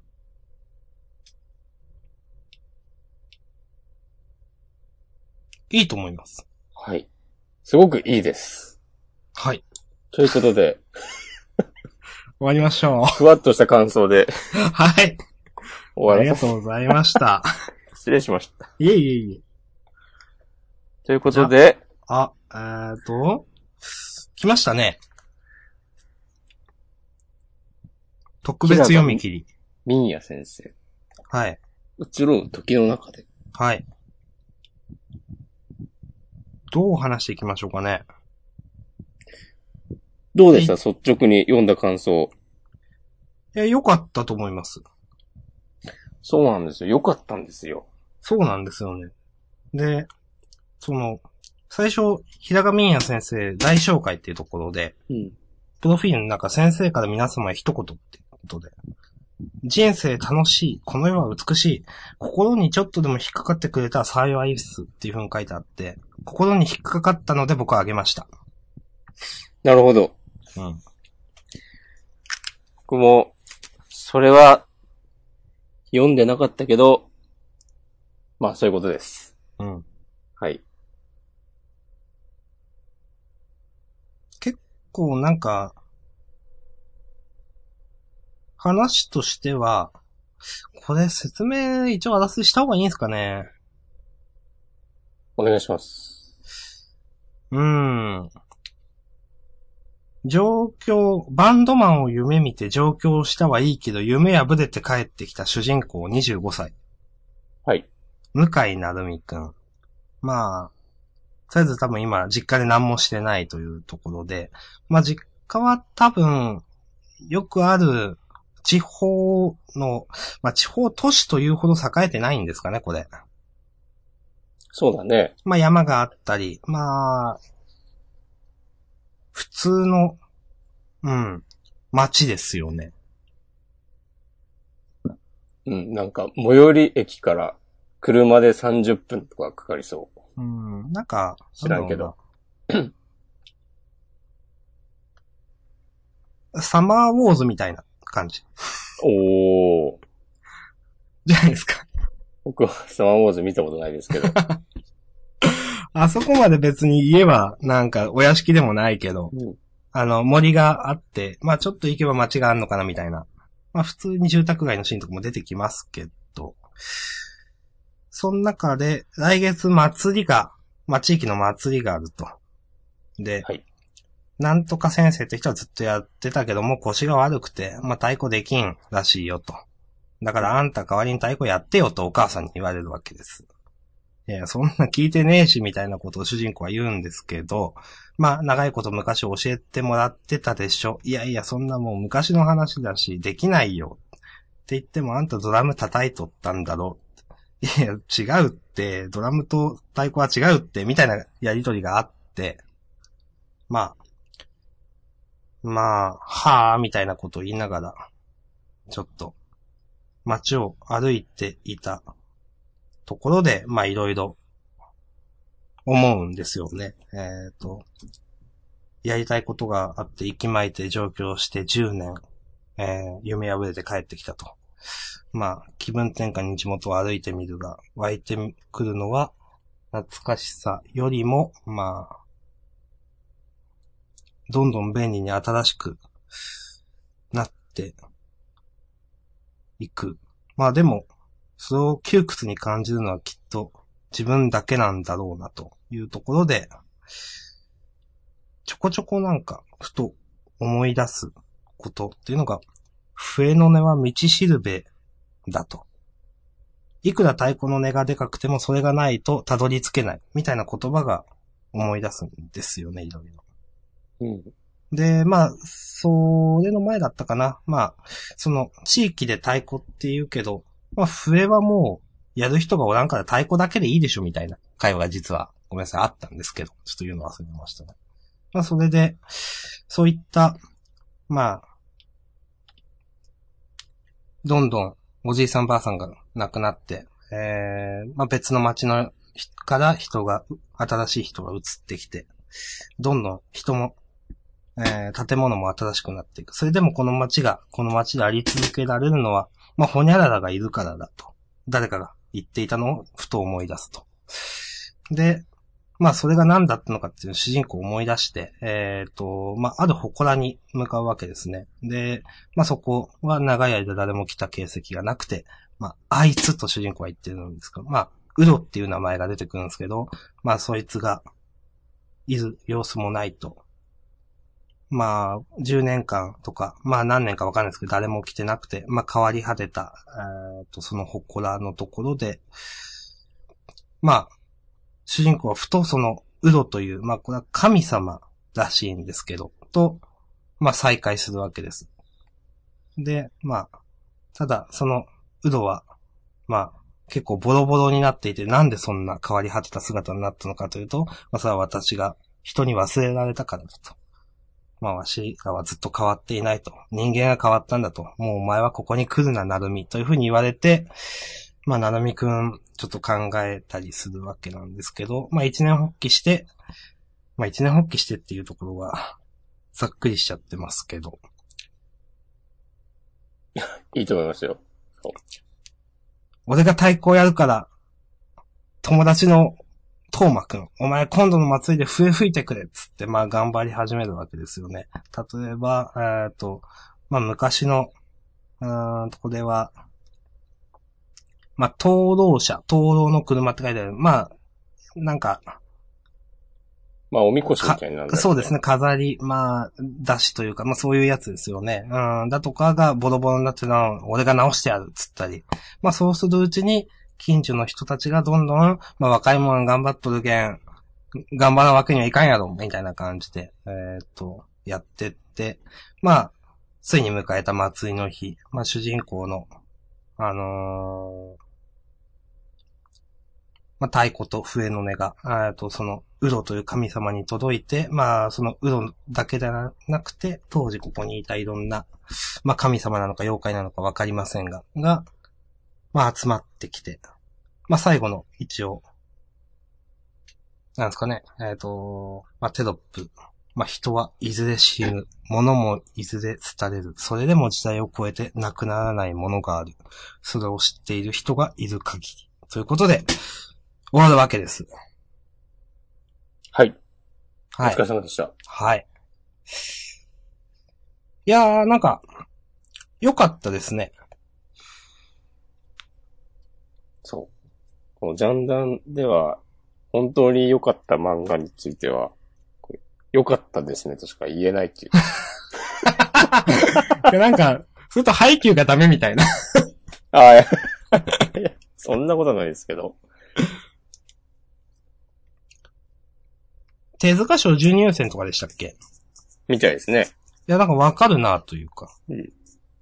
いいと思います。 はい。すごくいいです。 はい。 ということで。 終わりましょう。 ふわっとした感想で。 はい。 終わらありがとうございました。 失礼しました。 いえいえいえ。 ということで。 あ、えーと、来ましたね。特別読み切り。 ミーヤ先生。 はい。 移ろう時の中で。 はい。どう話していきましょうかね。 どうでした率直に読んだ感想。 いや、良かったと思います。 そうなんですよ。良かったんですよ。 そうなんですよね。で、その、最初、平賀美也先生大紹介っていうところで、 うん、 プロフィールの中先生から皆様へ一言っていうことで、人生楽しい、この世は美しい、心にちょっとでも引っかかってくれたら幸いっすっていう風に書いてあって、心に引っかかったので僕はあげました。 なるほど。 うん。 僕も、それは、読んでなかったけど、まあそういうことです。 うん。 はい。 結構なんか、話としては、これ説明一応あらすした方がいいんですかね。 お願いします。 うーん。上京、バンドマンを夢見て上京したはいいけど、夢破れて帰ってきた主人公にじゅうごさい。 はい。 向井なるみくん。まあ、とりあえず多分今、実家で何もしてないというところで、まあ実家は多分、よくある、地方の、まあ地方都市というほど栄えてないんですかね、これ。 そうだね。 まあ山があったり、まあ、普通の、うん、街ですよね。 うん、なんか、最寄り駅から車でさんじゅっぷんとかかかりそう。 うん、なんか、 知らんけど。 サマーウォーズみたいな感じ。 おー。 じゃないですか。 僕はサマーウォーズ見たことないですけど。 あそこまで別に家はなんかお屋敷でもないけど、うん、あの森があって、まあちょっと行けば街があるのかなみたいな。まあ普通に住宅街のシーンとかも出てきますけど、その中で来月祭りが、まあ地域の祭りがあると。で、はい、なんとか先生って人はずっとやってたけども腰が悪くて、まあ太鼓できんらしいよと。だからあんた代わりに太鼓やってよとお母さんに言われるわけです。いや、そんな聞いてねえしみたいなことを主人公は言うんですけど、まあ長いこと昔教えてもらってたでしょ。いやいや、そんなもう昔の話だし、できないよ。って言ってもあんたドラム叩いとったんだろう。いや、違うって、ドラムと太鼓は違うって、みたいなやりとりがあって、まあ、まあ、はぁ、みたいなことを言いながら、ちょっと、街を歩いていたところで、まあいろいろ思うんですよね。えっと、やりたいことがあって息巻いて上京してじゅうねん、えー、夢破れて帰ってきたと。まあ、気分転換に地元を歩いてみるが、湧いてくるのは、懐かしさよりも、まあ、どんどん便利に新しくなっていく。まあでも、それを窮屈に感じるのはきっと自分だけなんだろうなというところで、ちょこちょこなんか、ふと思い出すことっていうのが、笛の音は道しるべだと。いくら太鼓の音がでかくてもそれがないとたどり着けないみたいな言葉が思い出すんですよね、いろいろ。うん。で、まあ、それの前だったかな。まあ、その地域で太鼓って言うけど、まあ、笛はもうやる人がおらんから太鼓だけでいいでしょみたいな会話が実は、ごめんなさい、あったんですけど、ちょっと言うの忘れてましたね。まあ、それで、そういった、まあ、どんどんおじいさんばあさんが亡くなって、えー、まあ別の町のから人が、新しい人が移ってきて、どんどん人も、えー、建物も新しくなっていく。それでもこの町が、この町であり続けられるのは、まあホニャララがいるからだと。誰かが言っていたのをふと思い出すと。で、まあそれが何だったのかっていうのを主人公を思い出して、えっと、まあある祠に向かうわけですね。で、まあそこは長い間誰も来た形跡がなくて、まああいつと主人公は言ってるんですけど、まあウロっていう名前が出てくるんですけど、まあそいつがいる様子もないと。まあじゅうねんかんとか、まあ何年かわかんないですけど誰も来てなくて、まあ変わり果てた、えっとその祠のところで、まあ主人公はふとその、ウロという、まあこれは神様らしいんですけど、と、まあ再会するわけです。で、まあ、ただその、ウロは、まあ、結構ボロボロになっていて、なんでそんな変わり果てた姿になったのかというと、まあそれは私が人に忘れられたからだと。まあわしらはずっと変わっていないと。人間が変わったんだと。もうお前はここに来るな、なるみ。というふうに言われて、まあ、なるみくん、ちょっと考えたりするわけなんですけど、まあ、一年発起して、まあ、一年発起してっていうところが、ざっくりしちゃってますけど。 いいと思いますよ。 俺が太鼓やるから、友達のトーマくん、お前今度の祭りで笛吹いてくれっつって、まあ、頑張り始めるわけですよね。例えば、えっと、まあ、昔の、うーんと、これは、まあ、灯籠車、灯籠の車って書いてある。まあ、なんか、 まあ、おみこしみたいな、ね。 そうですね、飾り、まあ、出しというか、まあそういうやつですよね。うん、だとかがボロボロになってるのを俺が直してやるっつったり。まあそうするうちに、近所の人たちがどんどん、まあ若い者が頑張っとるけん、頑張らんわけにはいかんやろ、みたいな感じで、えー、っと、やってって、まあ、ついに迎えた祭りの日、まあ主人公の、あのー、まあ、太鼓と笛の音が、えっと、その、ウロという神様に届いて、まあ、そのウロだけではなくて、当時ここにいたいろんな、まあ、神様なのか妖怪なのかわかりませんが、が、まあ、集まってきて、まあ、最後の一応、なんですかね、えっと、まあ、テロップ、まあ、人はいずれ死ぬ、物もいずれ廃れる、それでも時代を超えてなくならないものがある。それを知っている人がいる限り。ということで、終わるわけです。 はい。 はい。 お疲れ様でした。 はい。いやー、なんか、良かったですね。 そう。このジャンダンでは、本当に良かった漫画については、良かったですねとしか言えないっていう。 いやなんか、すると配給がダメみたいな。 ああ、いや、そんなことないですけど。 手塚賞準入選とかでしたっけ？ みたいですね。 いや、なんかわかるなというか。 うん。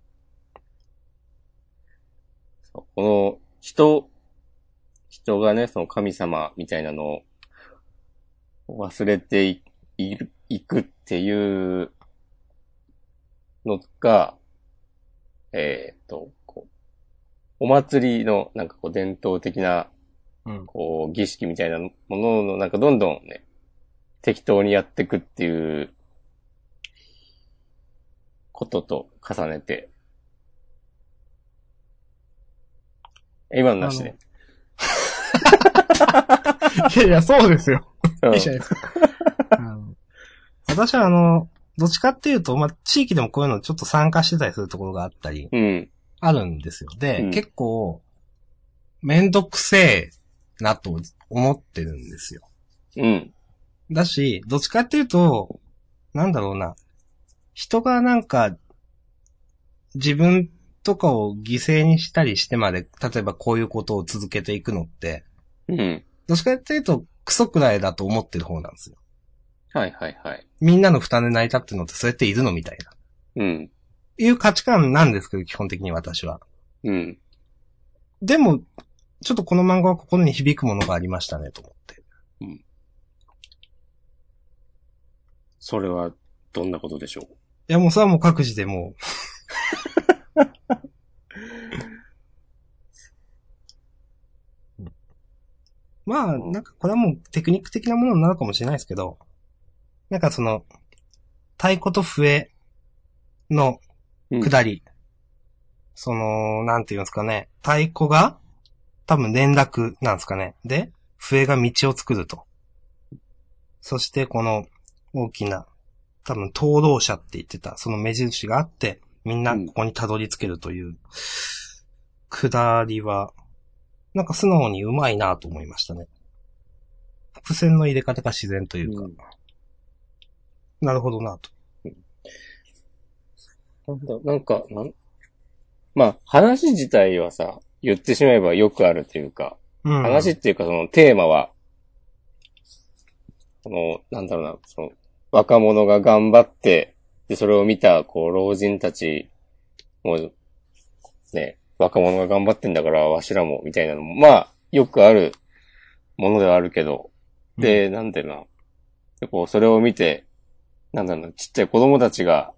この人、人がね、その神様みたいなのを忘れて い, い, いくっていうのが、えっと、こう、お祭りのなんかこう伝統的な、こう儀式みたいなもののなんかどんどんね、適当にやっていくっていうことと重ねて。今のなしで。 いやいや、そうですよ。 うん、 いいじゃないですか。私はあの、どっちかっていうと、まあ、地域でもこういうのちょっと参加してたりするところがあったり、 うん、 あるんですよ。で、 うん、 結構、めんどくせえなと思ってるんですよ。 うん。 だし、どっちかっていうと、なんだろうな。人がなんか、自分とかを犠牲にしたりしてまで、例えばこういうことを続けていくのって、 うん。 どっちかっていうと、クソくらいだと思ってる方なんですよ。 はいはいはい。 みんなの負担で成り立ってるのってそうやっているのみたいな。 うん。 いう価値観なんですけど、基本的に私は。 うん。 でも、 ちょっとこの漫画は心に響くものがありましたね、と思って。 うん。それは、どんなことでしょう？いや、もうそれはもう各自でもう。まあ、なんかこれはもうテクニック的なものなのかもしれないですけど、なんかその、太鼓と笛の下り、うん、その、なんていうんですかね、太鼓が多分連絡なんですかね。で、笛が道を作ると。そしてこの大きな、多分灯籠車って言ってた、その目印があって、みんなここにたどり着けるという、下りは、なんか素直にうまいなと思いましたね。伏線の入れ方が自然というか。うん、なるほどなと。 なんだ、なんか、なんまあ、話自体はさ、言ってしまえばよくあるというか、うん、話っていうかそのテーマは、この、なんだろうな、その、若者が頑張って、で、それを見た、こう、老人たちも、ね、若者が頑張ってんだから、わしらも、みたいなのも、まあ、よくあるものではあるけど、で、うん、なんだろうな、でこう、それを見て、なんだろうな、ちっちゃい子供たちが、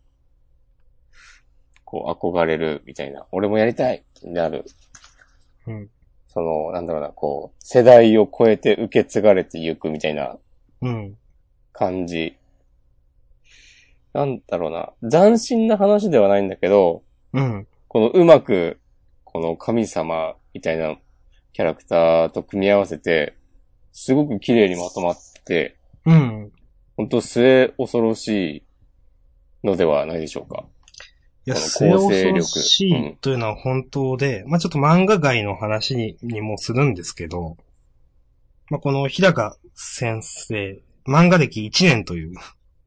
こう、憧れる、みたいな、俺もやりたいってなる。 うん。 その、なんだろうな、こう、世代を超えて受け継がれていくみたいな、 うん。 感じ。なんだろうな、斬新な話ではないんだけど、 うん。 このうまく、この神様みたいなキャラクターと組み合わせて、すごく綺麗にまとまって、 うん。 本当末恐ろしいのではないでしょうか。 いや、末恐ろしいというのは本当で、うん、まあちょっと漫画界の話に、にもするんですけど、まあこの日高先生、漫画歴いちねんという。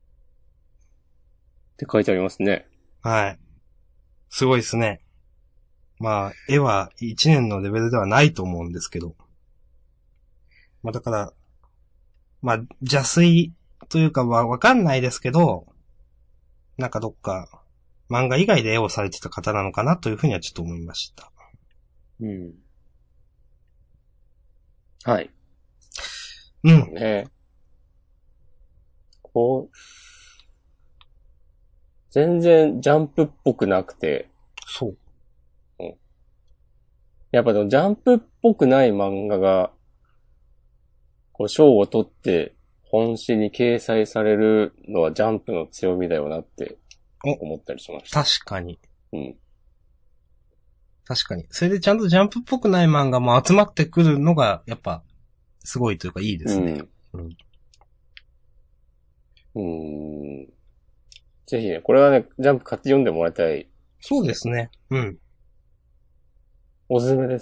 って書いてありますね。 はい。すごいですね。まあ、絵はいちねんのレベルではないと思うんですけど。まあだから、まあ邪推というかはわかんないですけど、なんかどっか、漫画以外で絵をされてた方なのかなというふうにはちょっと思いました。 うん。はい。 うん。 ね。こう、全然ジャンプっぽくなくて。 そう。 うん。やっぱでもジャンプっぽくない漫画が、こう賞を取って本誌に掲載されるのはジャンプの強みだよなって思ったりしました。 確かに。 うん。 確かに。それでちゃんとジャンプっぽくない漫画も集まってくるのが、やっぱ、すごいというかいいですね。 うん。うん。うーん。ぜひね、これはね、ジャンプ買って読んでもらいたい。 そうですね。うん。 おすすめです。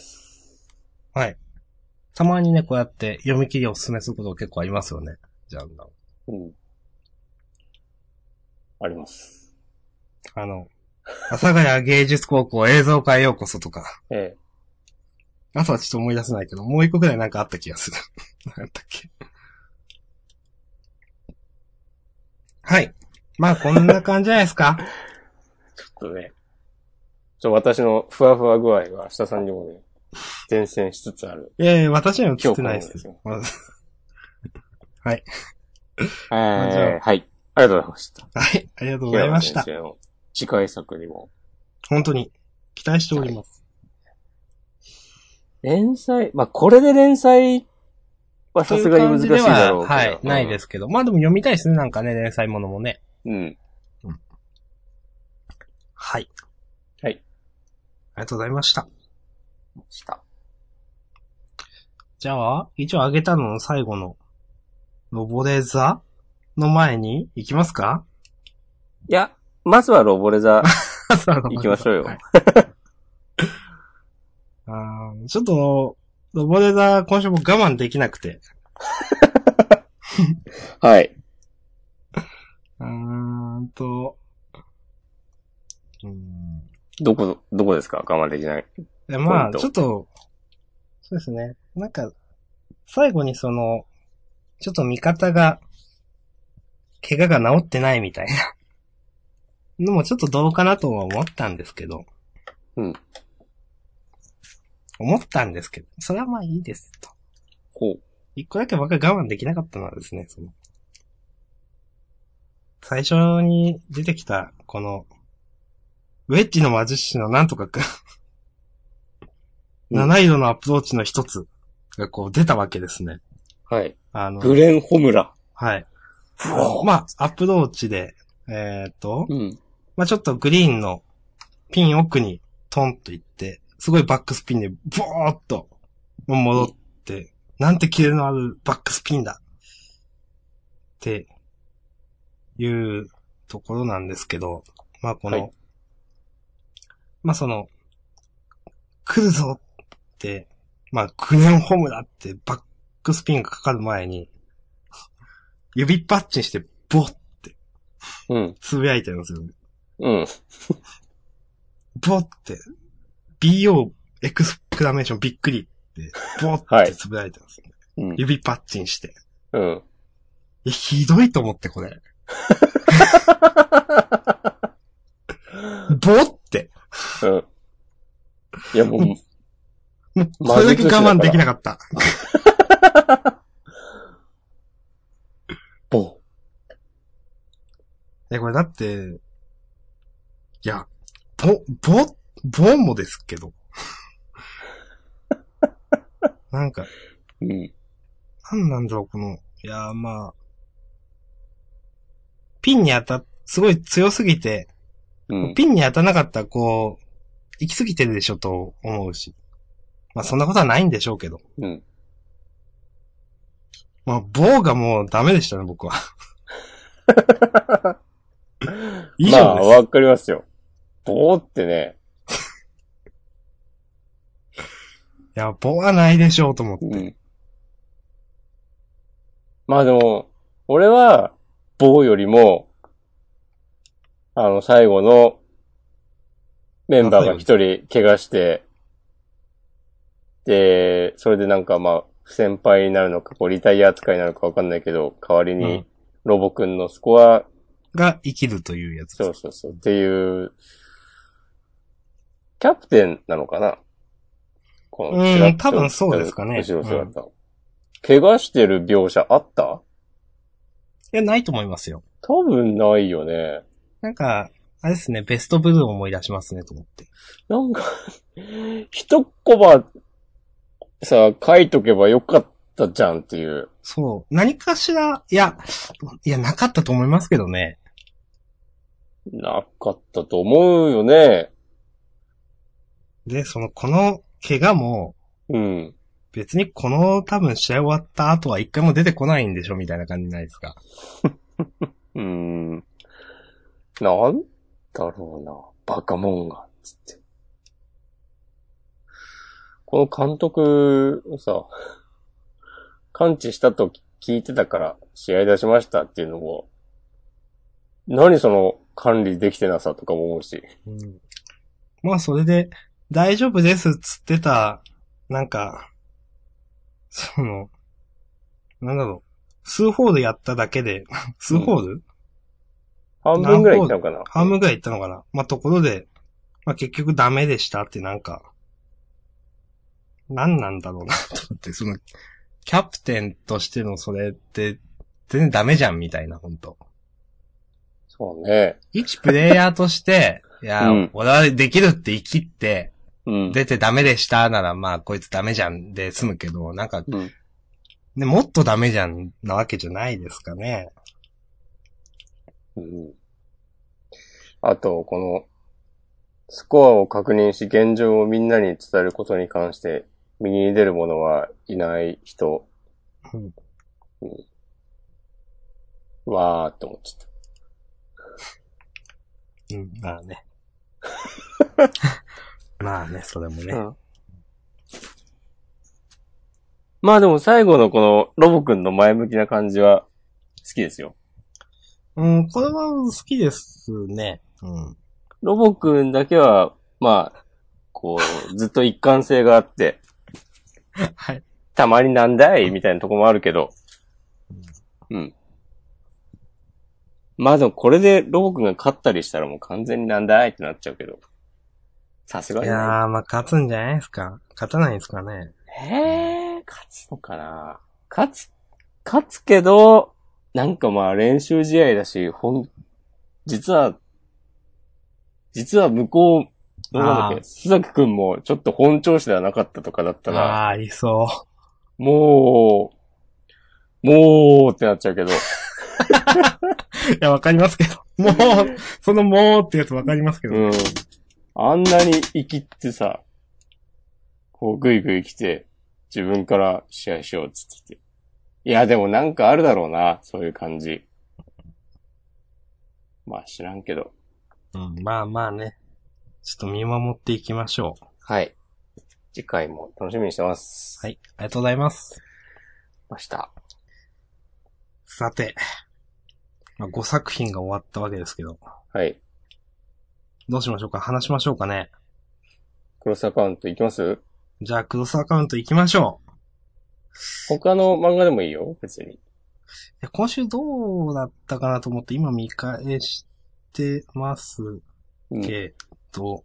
はい。たまにね、こうやって読み切りをおすすめすること結構ありますよね。ジャンプ。 うん。あります。 あの、阿佐ヶ谷芸術高校映像科へようこそとか。 ええ。 あとはちょっと思い出せないけど、もう一個くらいなんかあった気がする。何だったっけ。はい。まあこんな感じじゃないですか。 ちょっとね。ちょ、私のふわふわ具合が明日さんにもね、伝染しつつある。 いやいや、私には映ってないですよ。はい。 はい。はい。ありがとうございました。 はい。ありがとうございました。 先生の次回作にも。 本当に、期待しております。 はい、連載、まあ、これで連載はさすがに難しいだろうけど。 はい、うん、ないですけど。まあでも読みたいですね、なんかね、連載ものもね。 うん。 うん。はい。 はい。 ありがとうございました。 した。 じゃあ、一応あげたのの最後の、ロボレザの前に行きますか？ いや、まずはロボレザ行きましょうよ。はい、 あちょっと、ロボレザ今週も我慢できなくて。 はい。 うーんと、うーんどこ、どこですか？我慢できない。 いや、まあ、ちょっと、そうですね。なんか、最後にその、ちょっと味方が、怪我が治ってないみたいなのもちょっとどうかなとは思ったんですけど。 うん。 思ったんですけど、それはまあいいですと。 ほう。 一個だけ僕が我慢できなかったのはですね、その、最初に出てきた、この、ウェッジの魔術師のなんとかくん、七色のアプローチの一つがこう出たわけですね。 はい。 あの、 グレン・ホムラ。 はい。まあ、アプローチで、えっと、 うん。 まあちょっとグリーンのピン奥にトンと行って、すごいバックスピンでボーっと戻って、うん、なんてキレのあるバックスピンだっていうところなんですけど、まあこの、はい、まあその、来るぞって、まあグレンホムだってバックスピンがかかる前に、指パッチンしてボッって、うん。つぶやいてるんですよね。 うん。 ボッって、ビーオー エクスクラメーションびっくりって、ボッってつぶやいてますね。はい、うん、指パッチンして。 うん。 え、ひどいと思ってこれ。ボッって。 うん。いやもう、もう、これだけ我慢できなかった。 ボえ、これだって、いや、ボ、ボ、ボもですけど。なんか、 うん。 なんなんだろう、この、いや、まあ、ピンに当た、すごい強すぎて、うん、ピンに当たなかったら、こう、行き過ぎてるでしょと思うし。まあ、そんなことはないんでしょうけど。 うん。 まあ、棒がもうダメでしたね、僕は。 以上です。まあ、わかりますよ。棒ってね。 いや、棒はないでしょうと思って。うん、 まあでも、俺は、棒よりも、あの、最後の、メンバーが一人怪我して、で、それでなんかまあ、不先輩になるのか、こう、リタイア扱いになるのかわかんないけど、代わりに、ロボくんのスコア、 が生きるというやつ。 そうそうそう。っていう、キャプテンなのかなこのうん、多分そうですかね。 後ろ姿。うん、怪我してる描写あった？ いや、ないと思いますよ。 多分ないよね。 なんか、あれですね、ベストブルーを思い出しますね、と思って。 なんか、一コマ、さ、書いとけばよかったじゃんっていう。 そう。何かしら、いや、いや、なかったと思いますけどね。 なかったと思うよね。 で、その、この怪我も、 うん。 別にこの多分試合終わった後は一回も出てこないんでしょみたいな感じないですか。 うーん。なんだろうな。バカモンが、つって。この監督をさ、完治したと聞いてたから試合出しましたっていうのも、何その管理できてなさとかも思うし。 うん、まあそれで、大丈夫ですっつってた、なんか、その、なんだろう、数ホールやっただけで、数ホール、うん、 半分ぐらい行ったのかな半分ぐらい行ったのかなまあ、ところで、まあ結局ダメでしたってなんか、何なんだろうなと思って、その、キャプテンとしてのそれって、全然ダメじゃんみたいな、ほんと。 そうね。 一プレイヤーとして、いや、うん、俺はできるって生きって、うん、出てダメでしたなら、まあ、こいつダメじゃんで済むけど、なんか、うん、ね、もっとダメじゃんなわけじゃないですかね。 うん。あと、この、スコアを確認し、現状をみんなに伝えることに関して、右に出る者はいない人。うん。うん、わーって思っちゃった。 うん、まあね。まあね、それもね、うん。 まあでも最後のこのロボくんの前向きな感じは好きですよ。 うん、これは好きですね。うん。 ロボくんだけは、まあ、こう、ずっと一貫性があって、 はい。 たまになんだいみたいなとこもあるけど、うん。うん。まあでもこれでロボくんが勝ったりしたらもう完全になんだいってなっちゃうけど。 さすがに。 いやー、まあ、勝つんじゃないですか。勝たないんですかね。 へー、勝つのかな。勝つ、勝つけど、なんかまあ練習試合だし、ほん、実は、実は向こう、どうなんだっけ、須崎くんもちょっと本調子ではなかったとかだったら、 あー、ありそう。 もう、もうってなっちゃうけど。いや、わかりますけど。もう、そのもうってやつわかりますけど。 うん。あんなに生きってさ、こうグイグイ来て、自分から試合しようっつってて。いや、でもなんかあるだろうな、そういう感じ。まあ知らんけど。 うん、まあまあね。ちょっと見守っていきましょう。 はい。次回も楽しみにしてます。 はい、ありがとうございます。 ました。 さて、まあ、ごさく品が終わったわけですけど。 はい。 どうしましょうか、話しましょうかね。 クロスアカウントいきます？ じゃあ、クロスアカウント行きましょう。 他の漫画でもいいよ、別に。 いや、今週どうだったかなと思って今見返してますけど、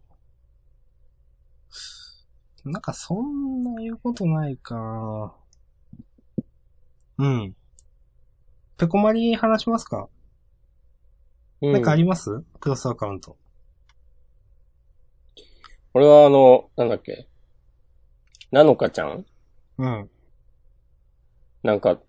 うん、なんかそんな言うことないかな。うん。ペコマリ話しますか？うん。なんかあります？クロスアカウント。 これはあの、なんだっけ？なのかちゃん？ うん。 なんか、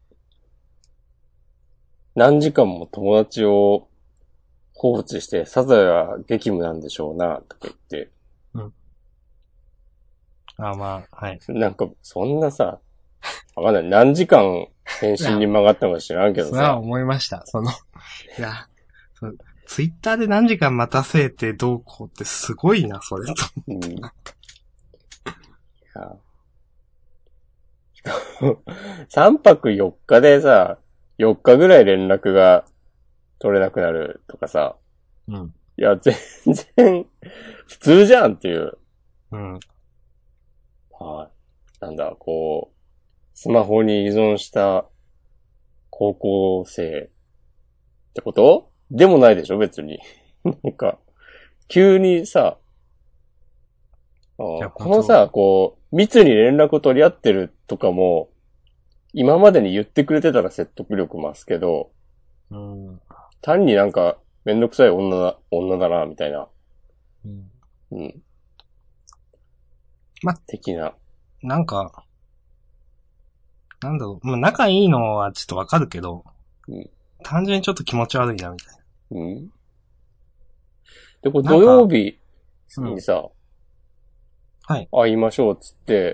何時間も友達を放置して、サザエは激務なんでしょうな、とか言って。 うん。あ、まあ、はい。 なんか、そんなさ、わかんない。何時間返信に曲がったのか知らんけどさ。 それは思いました。その、いや、ツイッターで何時間待たせてどうこうってすごいな、それと。うん。いやさんぱくよっかでさ、よっかぐらい連絡が取れなくなるとかさ。 うん。 いや、全然、普通じゃんっていう。 うん。 はい。なんだ、こう、スマホに依存した高校生ってことでもないでしょ、別に。なんか、急にさ、あこのさ、こう、密に連絡を取り合ってるとかも、今までに言ってくれてたら説得力増すけど、 うん、 単になんか、めんどくさい女だ、女だな、みたいな。 うん。 うん。 ま、 的な。 なんか、なんだろう、まあ、仲いいのはちょっとわかるけど、うん、単純にちょっと気持ち悪いな、みたいな。 うん。で、これ土曜日にさ、うん、 はい。 会いましょうっつって、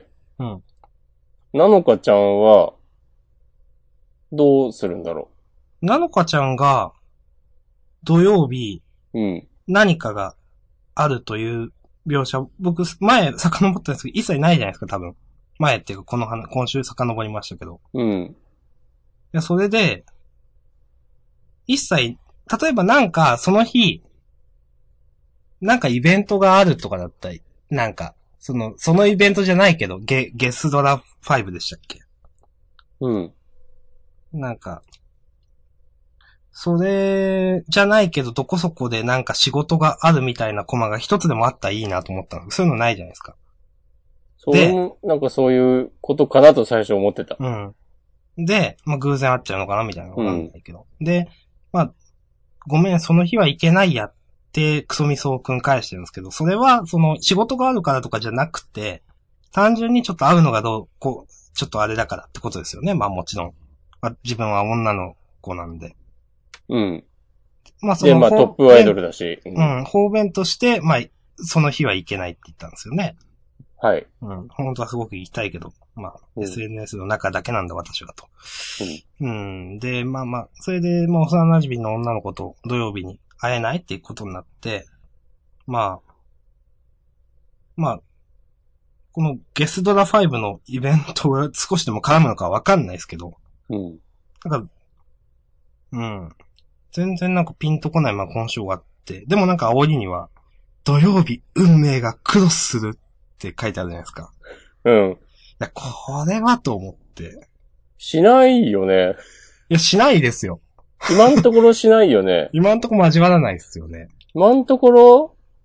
うん。 なのかちゃんは、どうするんだろう。なのかちゃんが、土曜日、 うん。 何かがあるという描写、僕、前遡ったんですけど、一切ないじゃないですか、多分。前っていうか、この話、今週遡りましたけど。 うん。 いや、それで、一切、例えばなんか、その日、なんかイベントがあるとかだったり、なんか、その、そのイベントじゃないけど、ゲ、ゲスドラファイブでしたっけ？ うん。 なんか、それじゃないけど、どこそこでなんか仕事があるみたいなコマが一つでもあったらいいなと思ったの。そういうのないじゃないですか。 そういう、なんかそういうことかなと最初思ってた。 うん。で、まあ、偶然会っちゃうのかなみたいなのわかんないけど。うん、で、まあ、ごめん、その日は行けないやってクソミソくん返してるんですけど、それは、その、仕事があるからとかじゃなくて、単純にちょっと会うのがどう、こう、ちょっとあれだからってことですよね。まあもちろん。まあ、自分は女の子なんで。 うん。 まあその、で、まあトップアイドルだし。 うん、うん、方便として、まあ、その日は行けないって言ったんですよね。 はい。 うん。本当はすごく行きたいけど、まあ、うん、エスエヌエス の中だけなんだ、私はと。うん。うん。で、まあまあ、それで、まあ、幼馴染の女の子と土曜日に会えないっていうことになって、まあ、まあ、このゲスドラファイブのイベントが少しでも絡むのかわかんないですけど、 うん。 なんか、うん。全然なんかピンとこないまあ今週があって、でもなんか煽りには、土曜日運命がクロスするって書いてあるじゃないですか。 うん。いや、これはと思って。 しないよね。 いや、しないですよ。 今んところしないよね。 今んところ交わらないですよね。 今んところ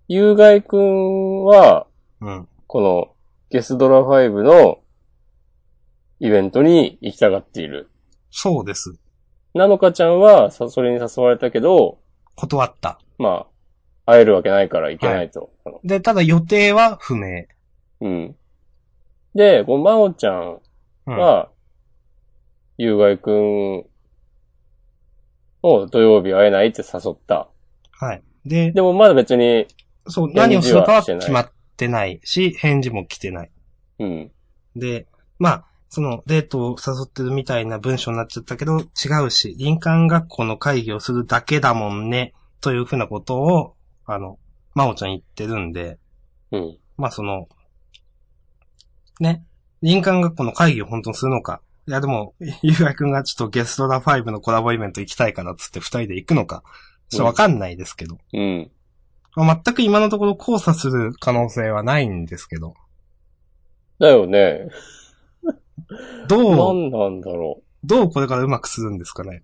有害くんは、 うん。 このゲスドラファイブのイベントに行きたがっている。 そうです。 なのかちゃんは、それに誘われたけど、 断った。 まあ、会えるわけないから行けないと。 はい、で、ただ予定は不明。 うん。で、このまおちゃんは、うん、有害くんを土曜日会えないって誘った。 はい。で、 でもまだ別に、 そう、何をするかは決まってないし、返事も来てない。 うん。 で、まあ、そのデートを誘ってるみたいな文章になっちゃったけど、違うし、林間学校の会議をするだけだもんね、というふうなことを、あの、まおちゃん言ってるんで、 うん。 まあその、ね、林間学校の会議を本当にするのか、いやでも、ゆうやくんがちょっとゲストラファイブのコラボイベント行きたいからっつって二人で行くのか、ちょっとわかんないですけど。 うん。 まあ、全く今のところ交差する可能性はないんですけど。 だよね。 どう、 何なんだろう。 どうこれからうまくするんですかね。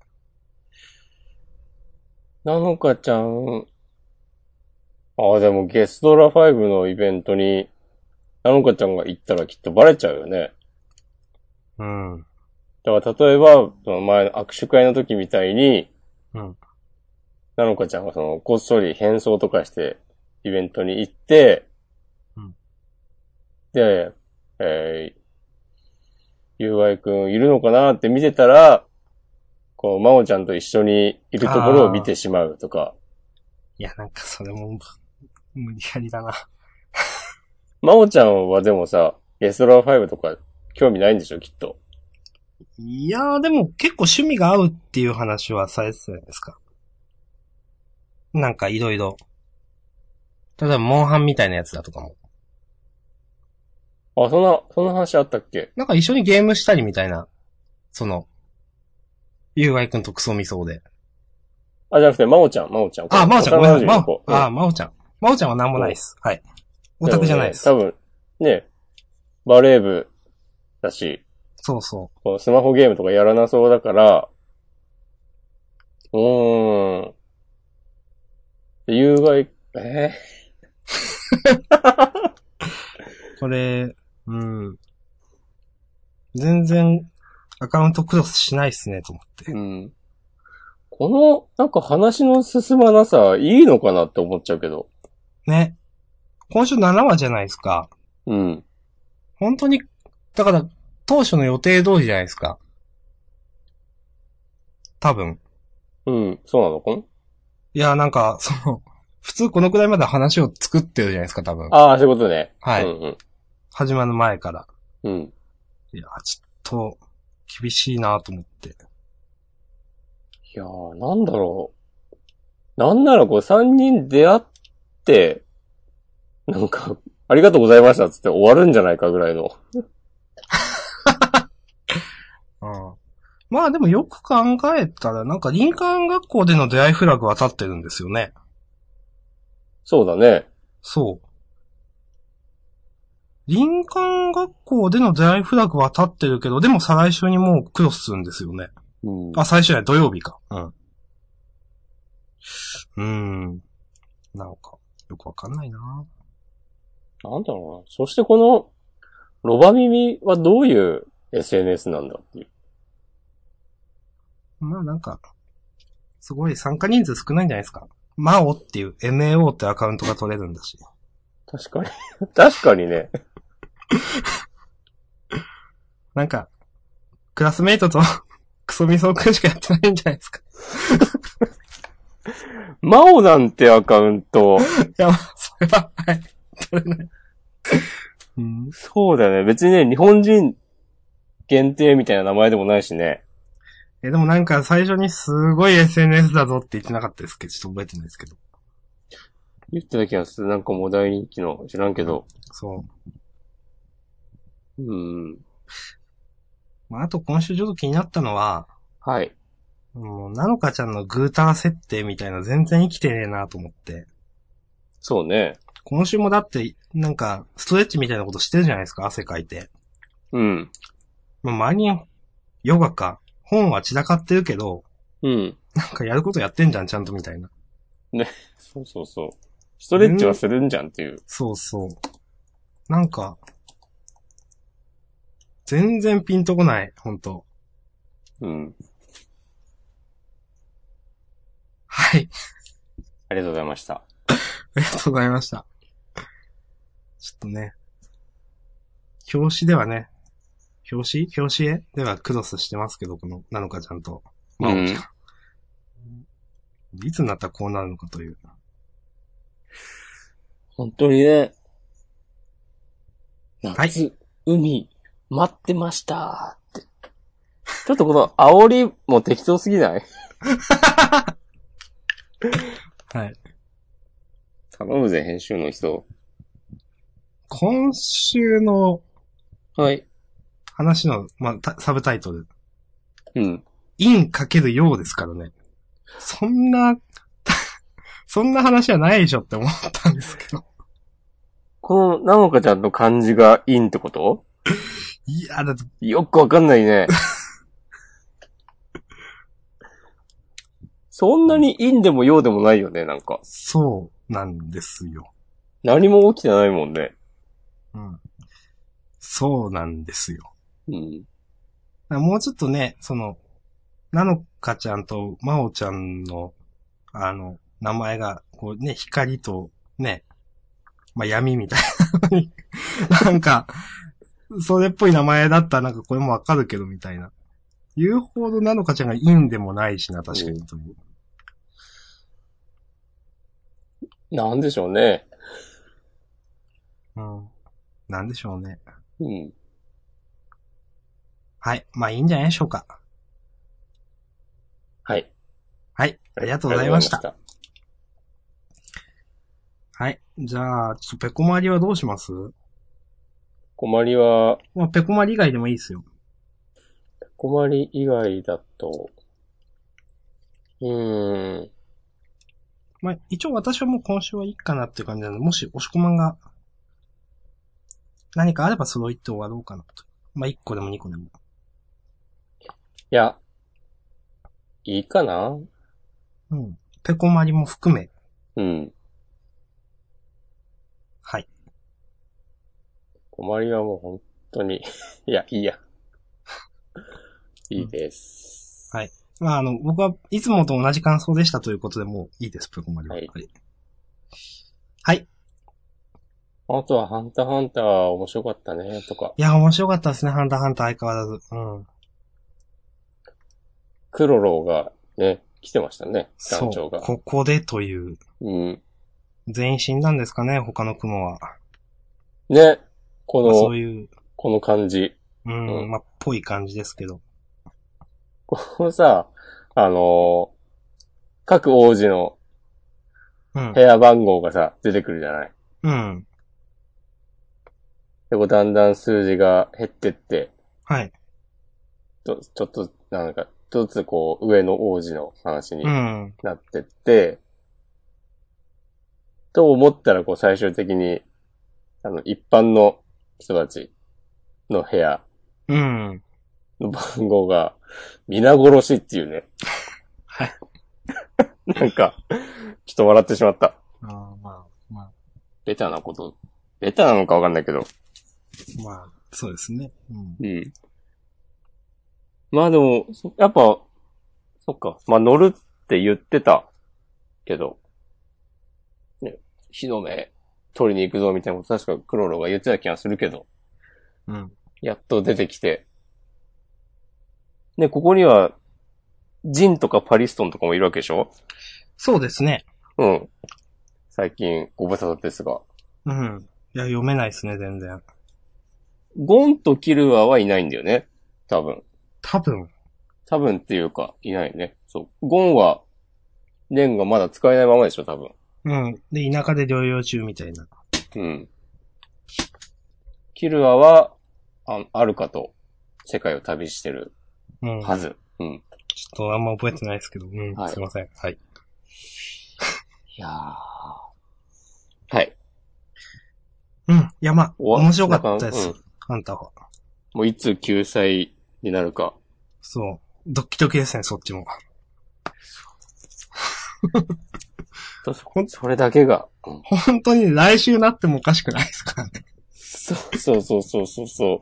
なのかちゃん、ああ、でもゲストラファイブのイベントに、なのかちゃんが行ったらきっとバレちゃうよね。 うん。 だから例えば、その前の握手会の時みたいに、 うん。 なのかちゃんがその、こっそり変装とかして、イベントに行って、 うん。 で、えー、ゆうがいくんいるのかなって見てたら、こう、まおちゃんと一緒にいるところを見てしまうとか。 いや、なんかそれも、無理やりだな。 まおちゃんはでもさ、ゲストラファイブとか興味ないんでしょ、きっと。 いやー、でも結構趣味が合うっていう話はされてたじゃないですか。なんかいろいろ。例えば、モンハンみたいなやつだとかも。 あ、そんな、そんな話あったっけ？ なんか一緒にゲームしたりみたいな、その、ゆうがいくんとクソみそうで。 あ、じゃなくて、まおちゃん、まおちゃん。 あ、まおちゃん、ごめんなさい。まお、 うん、 あ、まおちゃん。まおちゃんはなんもないです。はい。オタクじゃないです。 ね、多分、ね、バレー部だし。 そうそう。 このスマホゲームとかやらなそうだから、うーん。有害、えー、これ、うん。全然、アカウントクロスしないっすね、と思って。 うん。この、なんか話の進まなさ、いいのかなって思っちゃうけど。 ね。今週ななわじゃないですか。 うん。 本当に、だから、当初の予定通りじゃないですか。多分。 うん、そうなのかん？ いや、なんか、その、普通このくらいまで話を作ってるじゃないですか、多分。 ああ、そういうことね。 はい。 うんうん、 始まる前から。 うん。 いや、ちょっと、厳しいなと思って。 いやー、なんだろう。なんならこう三人出会って、なんか、ありがとうございましたっつって終わるんじゃないかぐらいの。 うん、まあでもよく考えたら、なんか林間学校での出会いフラグは立ってるんですよね。 そうだね。 そう。林間学校での出会いフラグは立ってるけど、でも再来週にもうクロスするんですよね。 うん、 あ、最終は土曜日か。うん。うーん。なんか、よくわかんないな。 なんだろうな。そしてこの、ロバ耳はどういう エスエヌエス なんだっていう。 まあなんか、すごい参加人数少ないんじゃないですか。マオっていう エムエーオー ってアカウントが取れるんだし。 確かに。確かにね。 なんか、クラスメイトとクソミソくんしかやってないんじゃないですか。 マオなんてアカウント。 いや、それは、はい。取れない。 うん、そうだよね。別にね、日本人限定みたいな名前でもないしね。 え、でもなんか最初にすごい エスエヌエス だぞって言ってなかったですけど、ちょっと覚えてないですけど。 言ってた気がする。なんかもう大人気の、知らんけど。 そう。 うん。 まあ、あと今週ちょっと気になったのは、 はい。 もう、なのかちゃんのグータラ設定みたいな全然生きてねえなと思って。 そうね。 今週もだって、なんか、ストレッチみたいなことしてるじゃないですか、汗かいて。 うん。 まあ、周りに、ヨガか、本は散らかってるけど、 うん。 なんかやることやってんじゃん、ちゃんとみたいな。 ね。そうそうそう。 ストレッチはするんじゃんっていう。 そうそう。なんか、全然ピンとこない、ほんと。 うん。 はい。 ありがとうございました。 ありがとうございました。ちょっとね。表紙ではね、表紙表紙絵ではクロスしてますけど、この、なのかちゃんと、まおちゃん。うん、いつになったらこうなるのかという。 本当にね。夏、 はい、 海、待ってましたって。ちょっとこの煽りも適当すぎないはい。 頼むぜ、編集の人。 今週の、 はい。 話の、まあ、サブタイトル。 うん。 陰かけるようですからね。そんな、そんな話はないでしょって思ったんですけど。 この、なのかちゃんの漢字が陰ってこと？ いや、だって。 よくわかんないね。そんなに陰でも陽でもないよね、なんか。 そうなんですよ。 何も起きてないもんね。 うん。そうなんですよ。 うん。 もうちょっとね、その、なのかちゃんとまおちゃんの、あの、名前が、こうね、光と、ね、まあ、闇みたいなのに、なんか、それっぽい名前だったらなんかこれもわかるけどみたいな。言うほどなのかちゃんが陰でもないしな、確かにという。 うん、なんでしょうね。 うん。なんでしょうね。 うん。 はい。まあいいんじゃないでしょうか。 はい。 はい。ありがとうございました。したはい。じゃあ、ちょっとペコマリはどうします？ペコマリは、 まあ、ペコマリ以外でもいいですよ。 ペコマリ以外だと、うーん。 まあ、一応私はもう今週はいいかなっていう感じなので、もし押し込まんが何かあれば揃いって終わろうかなと。まあ、いっこでもにこでも。 いや、いいかな？ うん。ペコマリも含め。 うん。 はい。 ペコマリはもう本当に、いや、いいや。いいです、 うん。はい。まあ、あの、僕はいつもと同じ感想でしたということでもういいです、ペコマリは。はい。はい。 あとは、ハンターハンター面白かったね、とか。 いや、面白かったですね、ハンターハンター相変わらず。うん。 クロロがね、来てましたね、団長が。 そう、ここでという。 うん。 全員死んだんですかね、他の雲は。 ね、この、まあ、 そういう。 この感じ。 うん、うん、まあ、ぽい感じですけど。 このさ、あのー、各王子の部屋番号がさ、出てくるじゃない？ うん。 で、こうだんだん数字が減ってって、 はい。 ちょ、ちょっと、なんか、一つこう、上の王子の話になってって、うん、と思ったら、こう、最終的に、あの、一般の人たちの部屋の番号が、皆殺しっていうね。 はい。 なんか、ちょっと笑ってしまった。ああ、まあ、まあ。 ベタなこと、ベタなのかわかんないけど。 まあ、そうですね。うん。 うん。まあでも、やっぱ、そっか。まあ乗るって言ってたけど、ね、火の目取りに行くぞみたいなこと確かクロロが言ってた気がするけど、 うん。 やっと出てきて、ね、ここには、ジンとかパリストンとかもいるわけでしょ？ そうですね。 うん。最近ご無沙汰ですが。 うん。いや、読めないですね、全然。 ゴンとキルアはいないんだよね。多分。 多分。 多分っていうか、いないね。そう。ゴンは、レンがまだ使えないままでしょ、多分。 うん。で、田舎で療養中みたいな。 うん。キルアは、あ、あるかと、世界を旅してるはず。うん。うん、 ちょっとあんま覚えてないですけど、うん。はい、すいません。はい。 いやー。はい。 うん。いや、まあ、面白かったです。うん、ハンターは。 もういつ救済になるか。 そう。ドッキドキですね、そっちも。 それだけが、 うん。本当に来週なってもおかしくないですからね。 そうそうそうそうそうそう。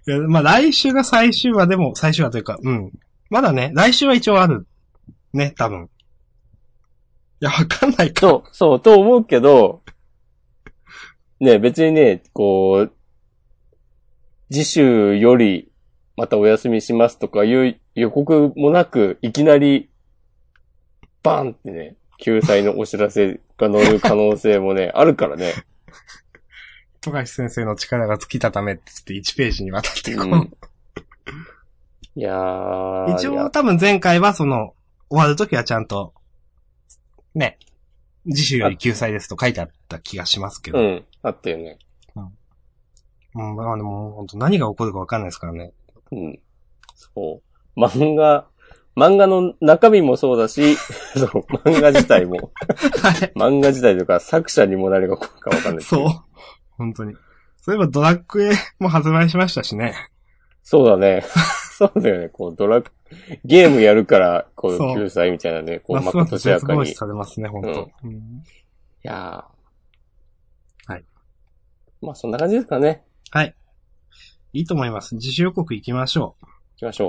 いや、まあ来週が最終話でも、最終話というか、うん。まだね、来週は一応ある。ね、多分。いや、わかんないか。 そう、そう、と思うけど、ね、別にね、こう、次週より、またお休みしますとかいう予告もなく、いきなり、バンってね、救済のお知らせが載る可能性もね、あるからね。 富樫先生の力が尽きたためって言っていちページにわたってこう、 うん、いやー。 一応多分前回はその、終わるときはちゃんと、ね、次週より救済ですと書いてあった気がしますけど。 うん、あったよね。 うん。うん、まあでも、本当何が起こるかわかんないですからね。 うん。そう。漫画、漫画の中身もそうだし、そう、漫画自体も。はい。漫画自体とか作者にも何が起こるかわかんない。 そう。本当に。そういえばドラクエも発売しましたしね。 そうだね。そうだよね。こう、ドラ、ゲームやるから、こう、救済みたいなね、こう、まことしやかに。 されますね、本当、うん、いやー。はい。 まあ、そんな感じですかね。 はい。いいと思います。自主予告行きましょう。 行きましょ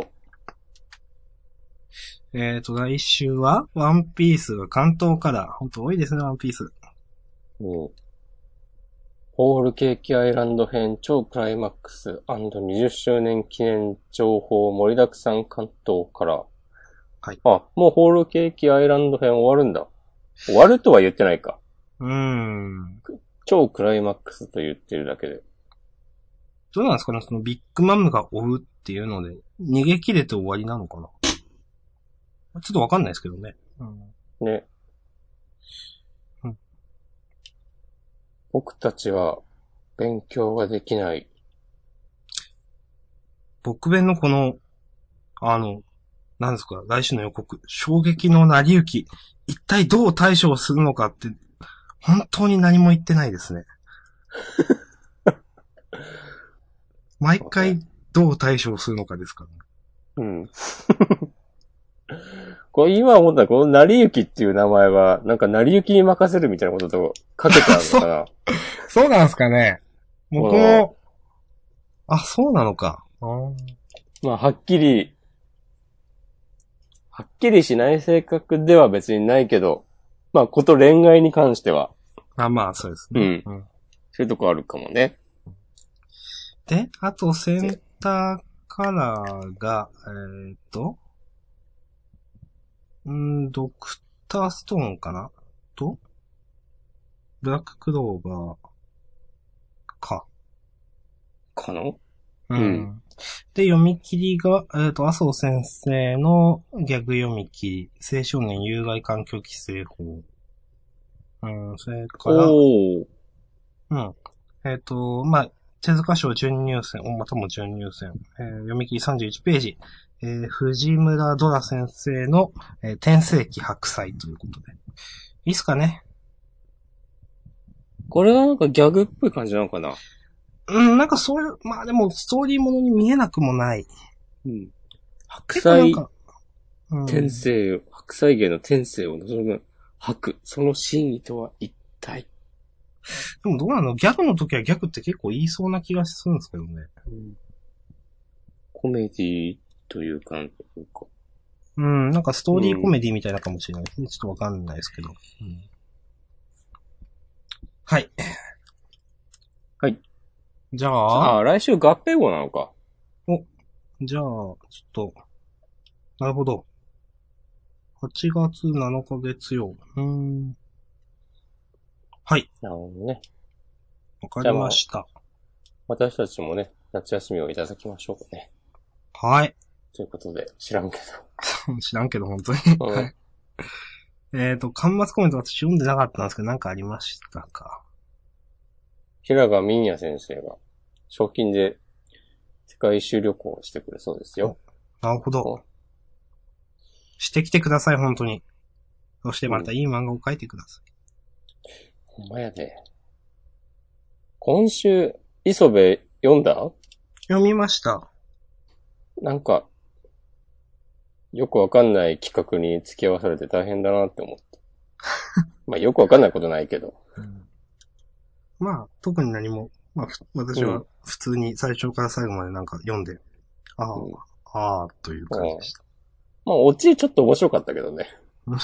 う。えーと、来週は、ワンピースが関東から、本当多いですね、ワンピース。 うん。ホールケーキアイランド編超クライマックス &にじゅっしゅうねん記念情報盛りだくさん関東から。 はい。 あ、もうホールケーキアイランド編終わるんだ。終わるとは言ってないか。 うーん。 超クライマックスと言ってるだけで。 どうなんですかね、そのビッグマムが追うっていうので、逃げ切れて終わりなのかな。ちょっとわかんないですけどね。 うん、ね。 うん。 僕たちは勉強ができない。 僕弁のこの、あの、なんですか、来週の予告、衝撃の成り行き、一体どう対処をするのかって、本当に何も言ってないですね。毎回どう対処をするのかですからね。うん。これ今思ったら、この成り行きっていう名前は、なんか成り行きに任せるみたいなこととかけてあるのかなそ。そうなんですかね。僕も、あ、そうなのか。 まあ、はっきり、はっきりしない性格では別にないけど、まあ、こと恋愛に関しては。 あ、まあ、そうですね。 うん。うん、そういうとこあるかもね。 で、あと、センターカラーが、えー、っと、んー、ドクターストーンかなと、ブラッククローバーか。 かなうん。うん、で、読み切りが、えー、っと、麻生先生のギャグ読み切り、青少年有害環境規制法。うん、それから、 おー。 うん。えっ、ー、と、まあ、手塚賞準入選、またも準入選、えー、読み切りさんじゅういちページ、えー、藤村ドラ先生の、えー、天世紀白菜ということで。いいっすかね。 これはなんかギャグっぽい感じなのかな。 うん、なんかそういう、まあでもストーリーものに見えなくもない。 うん。白菜、 うん、 天世、白菜芸の天世を望む白、その真意とは一体。 でもどうなの？ギャグの時はギャグって結構言いそうな気がするんですけどね。 うん、コメディというか、 うん、なんかストーリーコメディみたいなかもしれないですね。うん、ちょっとわかんないですけど。うん、はい。 はい。 じゃあ。 ああ、来週合併号なのか。 お、じゃあ、ちょっと、なるほど。はちがつなのか月曜。うーん。はい。 なるほどね。 わかりました。 私たちもね、夏休みをいただきましょうね。 はい。 ということで、知らんけど。知らんけど、本当に。 うん、 はい。えっと、端末コメント私読んでなかったんですけど、なんかありましたか？ 平賀美也先生が、賞金で世界一周旅行をしてくれそうですよ。 なるほど。してきてください、本当に。そしてまたいい漫画を描いてください。 うん、ほんまやで。今週、磯部読んだ？ 読みました。 なんか、よくわかんない企画に付き合わされて大変だなって思った。 まあよくわかんないことないけど。 うん、まあ、特に何も、まあ、私は普通に最初から最後までなんか読んで、ああ、うん、ああ、という感じでした。 まあ、オチちょっと面白かったけどね。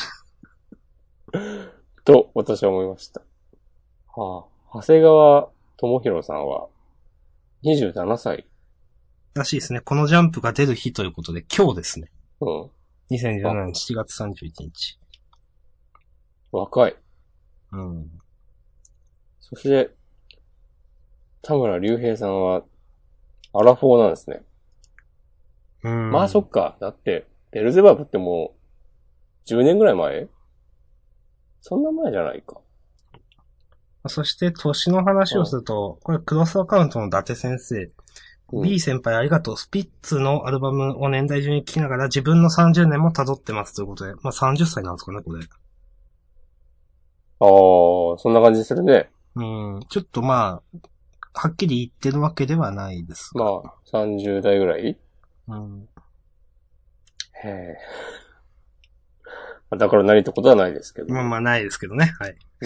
と、私は思いました。はあ、長谷川智弘さんは、にじゅうななさい。 らしいですね。このジャンプが出る日ということで、今日ですね。 うん。 にせんじゅうななねんしちがつさんじゅういちにち。 若い。 うん。 そして、田村隆平さんは、アラフォーなんですね。 うん。 まあそっか。だって、ベルゼバブってもう、じゅうねんぐらい前？そんな前じゃないか。 そして、年の話をすると、これクロスアカウントの伊達先生。うん、B 先輩ありがとう。スピッツのアルバムを年代順に聴きながら自分のさんじゅうねんも辿ってますということで。まあさんじゅっさいなんですかね、これ。 ああ、そんな感じするね。 うん。ちょっとまあ、はっきり言ってるわけではないですが。 まあ、さんじゅうだいぐらい？ うん。 へえ。だから何ってことはないですけど。 まあまあないですけどね。はい。 うん。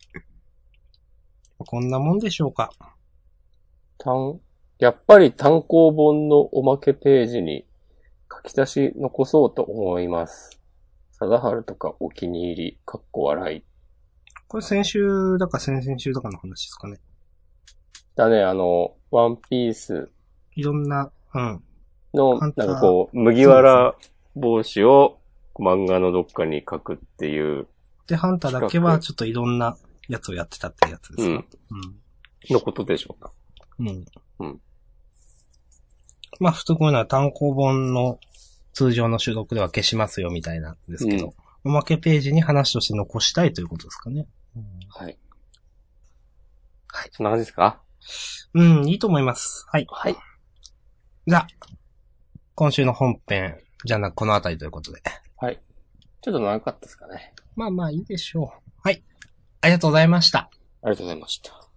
こんなもんでしょうか。 単、やっぱり単行本のおまけページに書き足し残そうと思います。貞治とかお気に入り、かっこ笑い。 これ先週だか先々週だかの話ですかね。 だね、あの、ワンピース。 いろんな、うん。 の、なんかこう、麦わら帽子を漫画のどっかに書くっていう。 で、ハンターだけはちょっといろんなやつをやってたってやつですか。うん。うん。 のことでしょうか。 うん。 うん。 まあ、普通こういうのは単行本の通常の収録では消しますよみたいなんですけど、うん、おまけページに話として残したいということですかね。 うん、はい。はい。そんな感じですか？ うん、いいと思います。はい。 はい。 じゃあ、今週の本編、じゃあな、このあたりということで。 はい。ちょっと長かったですかね。 まあまあいいでしょう。はい。ありがとうございました。 ありがとうございました。